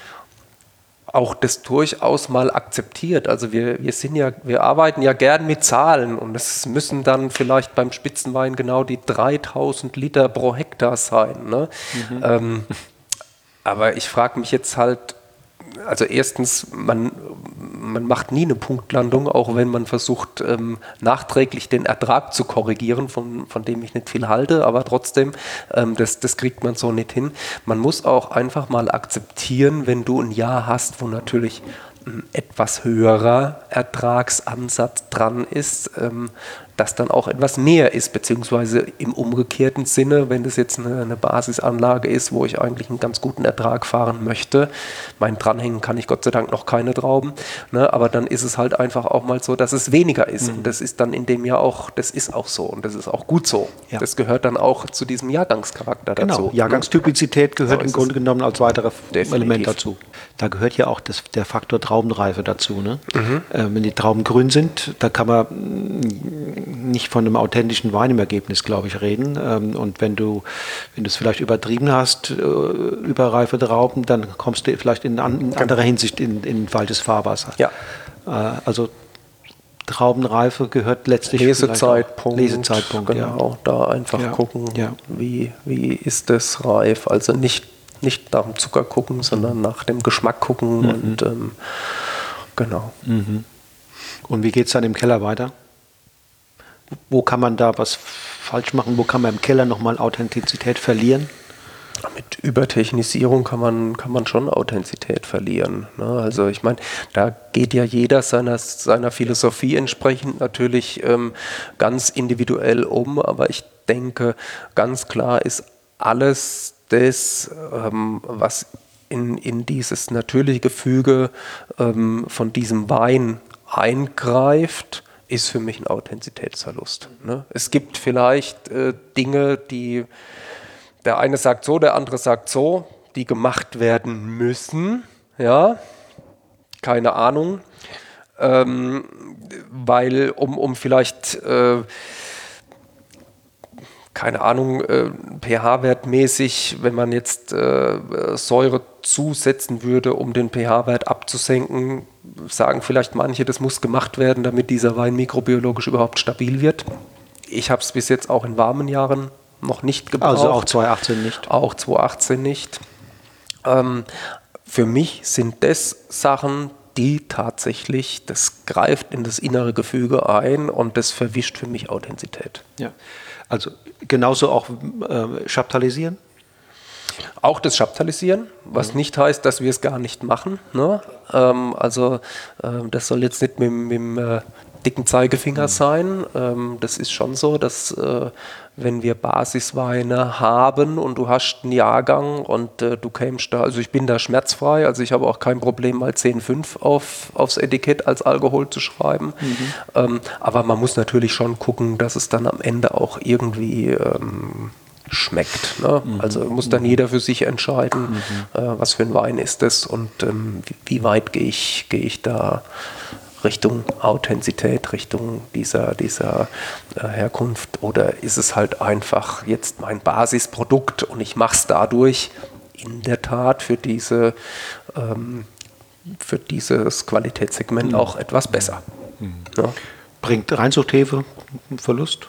auch das durchaus mal akzeptiert. Also wir, wir sind ja, wir arbeiten ja gern mit Zahlen und es müssen dann vielleicht beim Spitzenwein genau die dreitausend Liter pro Hektar sein. Ne? Mhm. Ähm, aber ich frage mich jetzt halt, also erstens, man, man macht nie eine Punktlandung, auch wenn man versucht, ähm, nachträglich den Ertrag zu korrigieren, von, von dem ich nicht viel halte, aber trotzdem, ähm, das, das kriegt man so nicht hin. Man muss auch einfach mal akzeptieren, wenn du ein Jahr hast, wo natürlich ein etwas höherer Ertragsansatz dran ist, ähm, das dann auch etwas näher ist, beziehungsweise im umgekehrten Sinne, wenn das jetzt eine, eine Basisanlage ist, wo ich eigentlich einen ganz guten Ertrag fahren möchte, mein dranhängen kann ich Gott sei Dank noch keine Trauben, ne, aber dann ist es halt einfach auch mal so, dass es weniger ist mhm. und das ist dann in dem Jahr auch, das ist auch so und das ist auch gut so. Ja. Das gehört dann auch zu diesem Jahrgangscharakter genau. dazu. Genau, Jahrgangstypizität gehört so im Grunde genommen als weiteres Element dazu. Da gehört ja auch das, der Faktor Traubenreife dazu. Ne? Mhm. Äh, wenn die Trauben grün sind, da kann man nicht von einem authentischen Wein im Ergebnis, glaube ich, reden. Ähm, und wenn du wenn du es vielleicht übertrieben hast, äh, überreife Trauben, dann kommst du vielleicht in, an, in anderer Hinsicht in, in falsches Fahrwasser. Ja. Äh, also Traubenreife gehört letztlich Lesezeitpunkt, Lesezeitpunkt, genau, ja. Da einfach ja. gucken, ja. Wie, wie ist das reif, also nicht, nicht nach dem Zucker gucken, sondern nach dem Geschmack gucken mhm. und ähm, genau. Mhm. Und wie geht es dann im Keller weiter? Wo kann man da was falsch machen, wo kann man im Keller nochmal Authentizität verlieren? Mit Übertechnisierung kann man, kann man schon Authentizität verlieren. Ne? Also ich meine, da geht ja jeder seiner, seiner Philosophie entsprechend natürlich ähm, ganz individuell um, aber ich denke, ganz klar ist alles das, ähm, was in, in dieses natürliche Gefüge ähm, von diesem Wein eingreift, ist für mich ein Authentizitätsverlust. Ne? Es gibt vielleicht äh, Dinge, die der eine sagt so, der andere sagt so, die gemacht werden müssen, ja, keine Ahnung, ähm, weil um, um vielleicht, äh, keine Ahnung, äh, pH-Wert mäßig, wenn man jetzt äh, Säure zusetzen würde, um den pH-Wert abzusenken, sagen vielleicht manche, das muss gemacht werden, damit dieser Wein mikrobiologisch überhaupt stabil wird. Ich habe es bis jetzt auch in warmen Jahren noch nicht gebraucht. Also auch zwanzig achtzehn nicht? Auch zwanzig achtzehn nicht. Ähm, für mich sind das Sachen, die tatsächlich, das greift in das innere Gefüge ein und das verwischt für mich Authentizität. Ja, also genauso auch äh, Chaptalisieren? Auch das Chaptalisieren, was mhm. nicht heißt, dass wir es gar nicht machen. Ne? Ähm, also äh, das soll jetzt nicht mit, mit dem äh, dicken Zeigefinger mhm. sein. Ähm, das ist schon so, dass äh, wenn wir Basisweine haben und du hast einen Jahrgang und äh, du kämst da, also ich bin da schmerzfrei, also ich habe auch kein Problem, mal zehn Komma fünf auf, aufs Etikett als Alkohol zu schreiben. Mhm. Ähm, aber man muss natürlich schon gucken, dass es dann am Ende auch irgendwie ähm, schmeckt. Ne? Mhm. Also muss dann jeder für sich entscheiden, mhm. äh, was für ein Wein ist das und ähm, wie, wie weit gehe ich, gehe ich da Richtung Authentizität, Richtung dieser, dieser äh, Herkunft, oder ist es halt einfach jetzt mein Basisprodukt und ich mache es dadurch in der Tat für, diese, ähm, für dieses Qualitätssegment mhm. auch etwas besser. Mhm. Ja. Bringt Reinzuchthefe einen Verlust?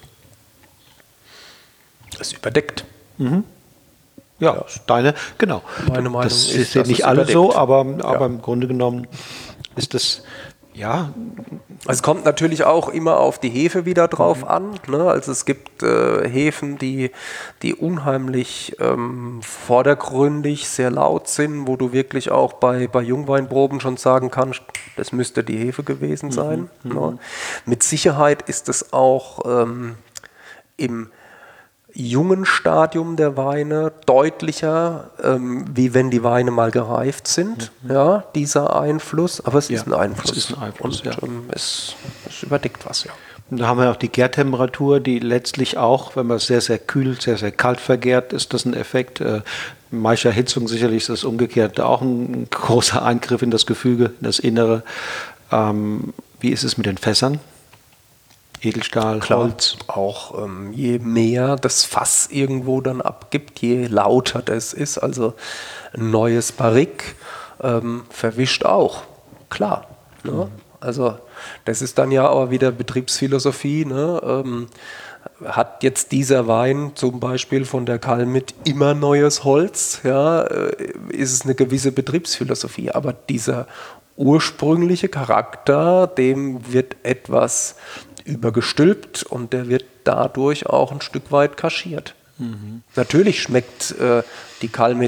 Es überdeckt. Mhm. Ja, ja, deine, genau. Meine Meinung das ist, sind nicht alle überdeckt. so, aber, aber ja. im Grunde genommen ist das, ja. Also es kommt natürlich auch immer auf die Hefe wieder drauf mhm. an. Ne? Also es gibt äh, Hefen, die, die unheimlich ähm, vordergründig sehr laut sind, wo du wirklich auch bei, bei Jungweinproben schon sagen kannst, das müsste die Hefe gewesen sein. Mhm. Ne? Mit Sicherheit ist es auch ähm, im jungen Stadium der Weine deutlicher, ähm, wie wenn die Weine mal gereift sind, mhm. ja, dieser Einfluss, aber es ja, ist ein Einfluss. Es ist ein Einfluss, und ja. ähm, es, es überdeckt was, ja. Und da haben wir auch die Gärtemperatur, die letztlich auch, wenn man sehr, sehr kühl, sehr, sehr kalt vergärt, ist das ein Effekt. Äh, mancher Hitzung sicherlich ist das umgekehrt auch ein großer Eingriff in das Gefüge, in das Innere. Ähm, wie ist es mit den Fässern? Edelstahl, Klar, Holz. Auch ähm, je mehr das Fass irgendwo dann abgibt, je lauter das ist. Also ein neues Barrique ähm, verwischt auch. Klar. Ne? Mhm. Also das ist dann ja aber wieder Betriebsphilosophie. Ne? Ähm, hat jetzt dieser Wein zum Beispiel von der Kalmit immer neues Holz? Ja, äh, ist es eine gewisse Betriebsphilosophie. Aber dieser ursprüngliche Charakter, dem wird etwas übergestülpt und der wird dadurch auch ein Stück weit kaschiert. Mhm. Natürlich schmeckt äh, die Kalmit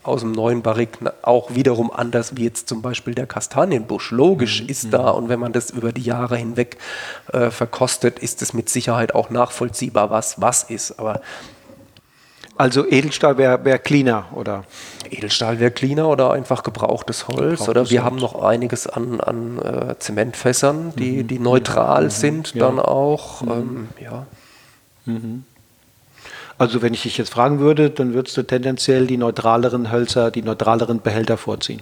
aus dem neuen Barrique auch wiederum anders wie jetzt zum Beispiel der Kastanienbusch. Logisch mhm. ist da, und wenn man das über die Jahre hinweg äh, verkostet, ist es mit Sicherheit auch nachvollziehbar, was was ist. Aber also Edelstahl wäre wär cleaner, oder? Edelstahl wäre cleaner oder einfach gebrauchtes Holz. Gebrauchtes oder wir Holz. Haben noch einiges an, an äh, Zementfässern, die, die neutral mhm. sind ja. dann auch. Mhm. Ähm, ja. Mhm. Also wenn ich dich jetzt fragen würde, dann würdest du tendenziell die neutraleren Hölzer, die neutraleren Behälter vorziehen?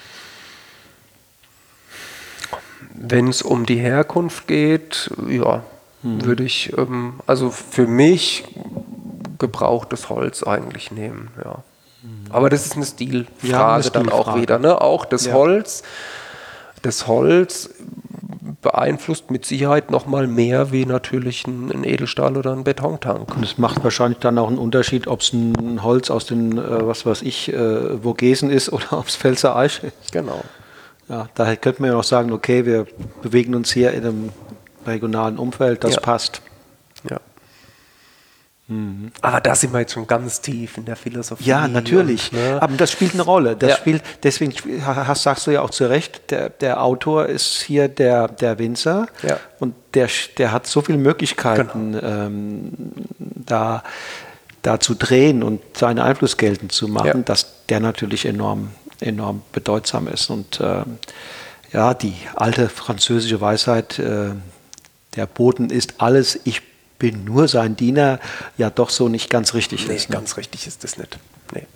Wenn es um die Herkunft geht, ja, mhm. würde ich, ähm, also für mich gebrauchtes Holz eigentlich nehmen, ja. Mhm. Aber das ist eine Stilfrage ja, eine dann Stilfrage. Auch wieder, ne? Auch das ja. Holz, das Holz beeinflusst mit Sicherheit noch mal mehr wie natürlich ein, ein Edelstahl oder ein Betontank. Und es macht wahrscheinlich dann auch einen Unterschied, ob es ein Holz aus den, äh, was weiß ich, äh, Vogesen ist oder ob es Pfälzer Eiche ist. Genau. Ja, daher könnte man ja auch sagen, okay, wir bewegen uns hier in einem regionalen Umfeld, das ja. passt. Ja. Mhm. Aber da sind wir jetzt schon ganz tief in der Philosophie. Ja, natürlich. Und, ne? Aber das spielt eine Rolle. Das ja. spielt, deswegen hast, sagst du ja auch zu Recht, der, der Autor ist hier der, der Winzer ja. und der, der hat so viele Möglichkeiten, genau. ähm, da, da zu drehen und seinen Einfluss geltend zu machen, ja. dass der natürlich enorm, enorm bedeutsam ist. Und ähm, ja, die alte französische Weisheit, äh, der Boden ist alles, ich bin nur sein Diener, ja doch so nicht ganz richtig nee, ist. Ne? Ganz richtig ist das nicht. Nee.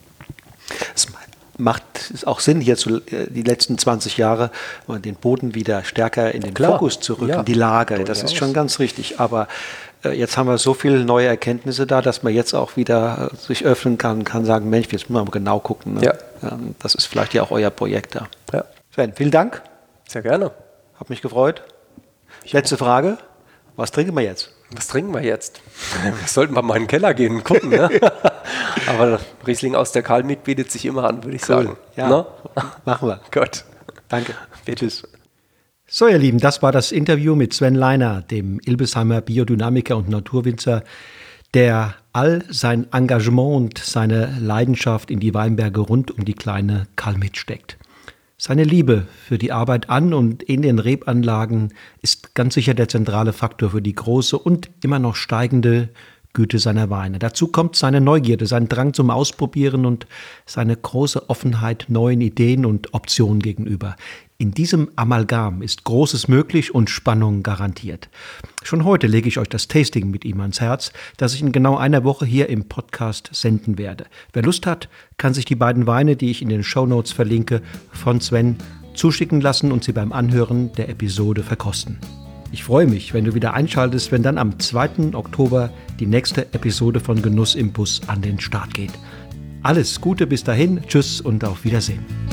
Es macht auch Sinn, hier zu, die letzten zwanzig Jahre den Boden wieder stärker in den Klar. Fokus zu rücken, ja. die Lage, das ist schon ganz richtig. Aber äh, jetzt haben wir so viele neue Erkenntnisse da, dass man jetzt auch wieder sich öffnen kann, kann sagen, Mensch, jetzt müssen wir mal genau gucken. Ne? Ja. Ähm, das ist vielleicht ja auch euer Projekt da. Ja. Sven, vielen Dank. Sehr gerne. Hat mich gefreut. Ich Letzte auch. Frage. Was trinken wir jetzt? Was trinken wir jetzt? Wir sollten mal in den Keller gehen und gucken. Ne? Aber Riesling aus der Kalmit bietet sich immer an, würde ich cool. sagen. Ja, no? Machen wir. Gut. Danke. Tschüss. So, ihr Lieben, das war das Interview mit Sven Leiner, dem Ilbesheimer Biodynamiker und Naturwinzer, der all sein Engagement und seine Leidenschaft in die Weinberge rund um die kleine Kalmit steckt. Seine Liebe für die Arbeit an und in den Rebanlagen ist ganz sicher der zentrale Faktor für die große und immer noch steigende Güte seiner Weine. Dazu kommt seine Neugierde, sein Drang zum Ausprobieren und seine große Offenheit neuen Ideen und Optionen gegenüber. In diesem Amalgam ist Großes möglich und Spannung garantiert. Schon heute lege ich euch das Tasting mit ihm ans Herz, das ich in genau einer Woche hier im Podcast senden werde. Wer Lust hat, kann sich die beiden Weine, die ich in den Shownotes verlinke, von Sven zuschicken lassen und sie beim Anhören der Episode verkosten. Ich freue mich, wenn du wieder einschaltest, wenn dann am zweiten Oktober die nächste Episode von Genuss im Bus an den Start geht. Alles Gute bis dahin, tschüss und auf Wiedersehen.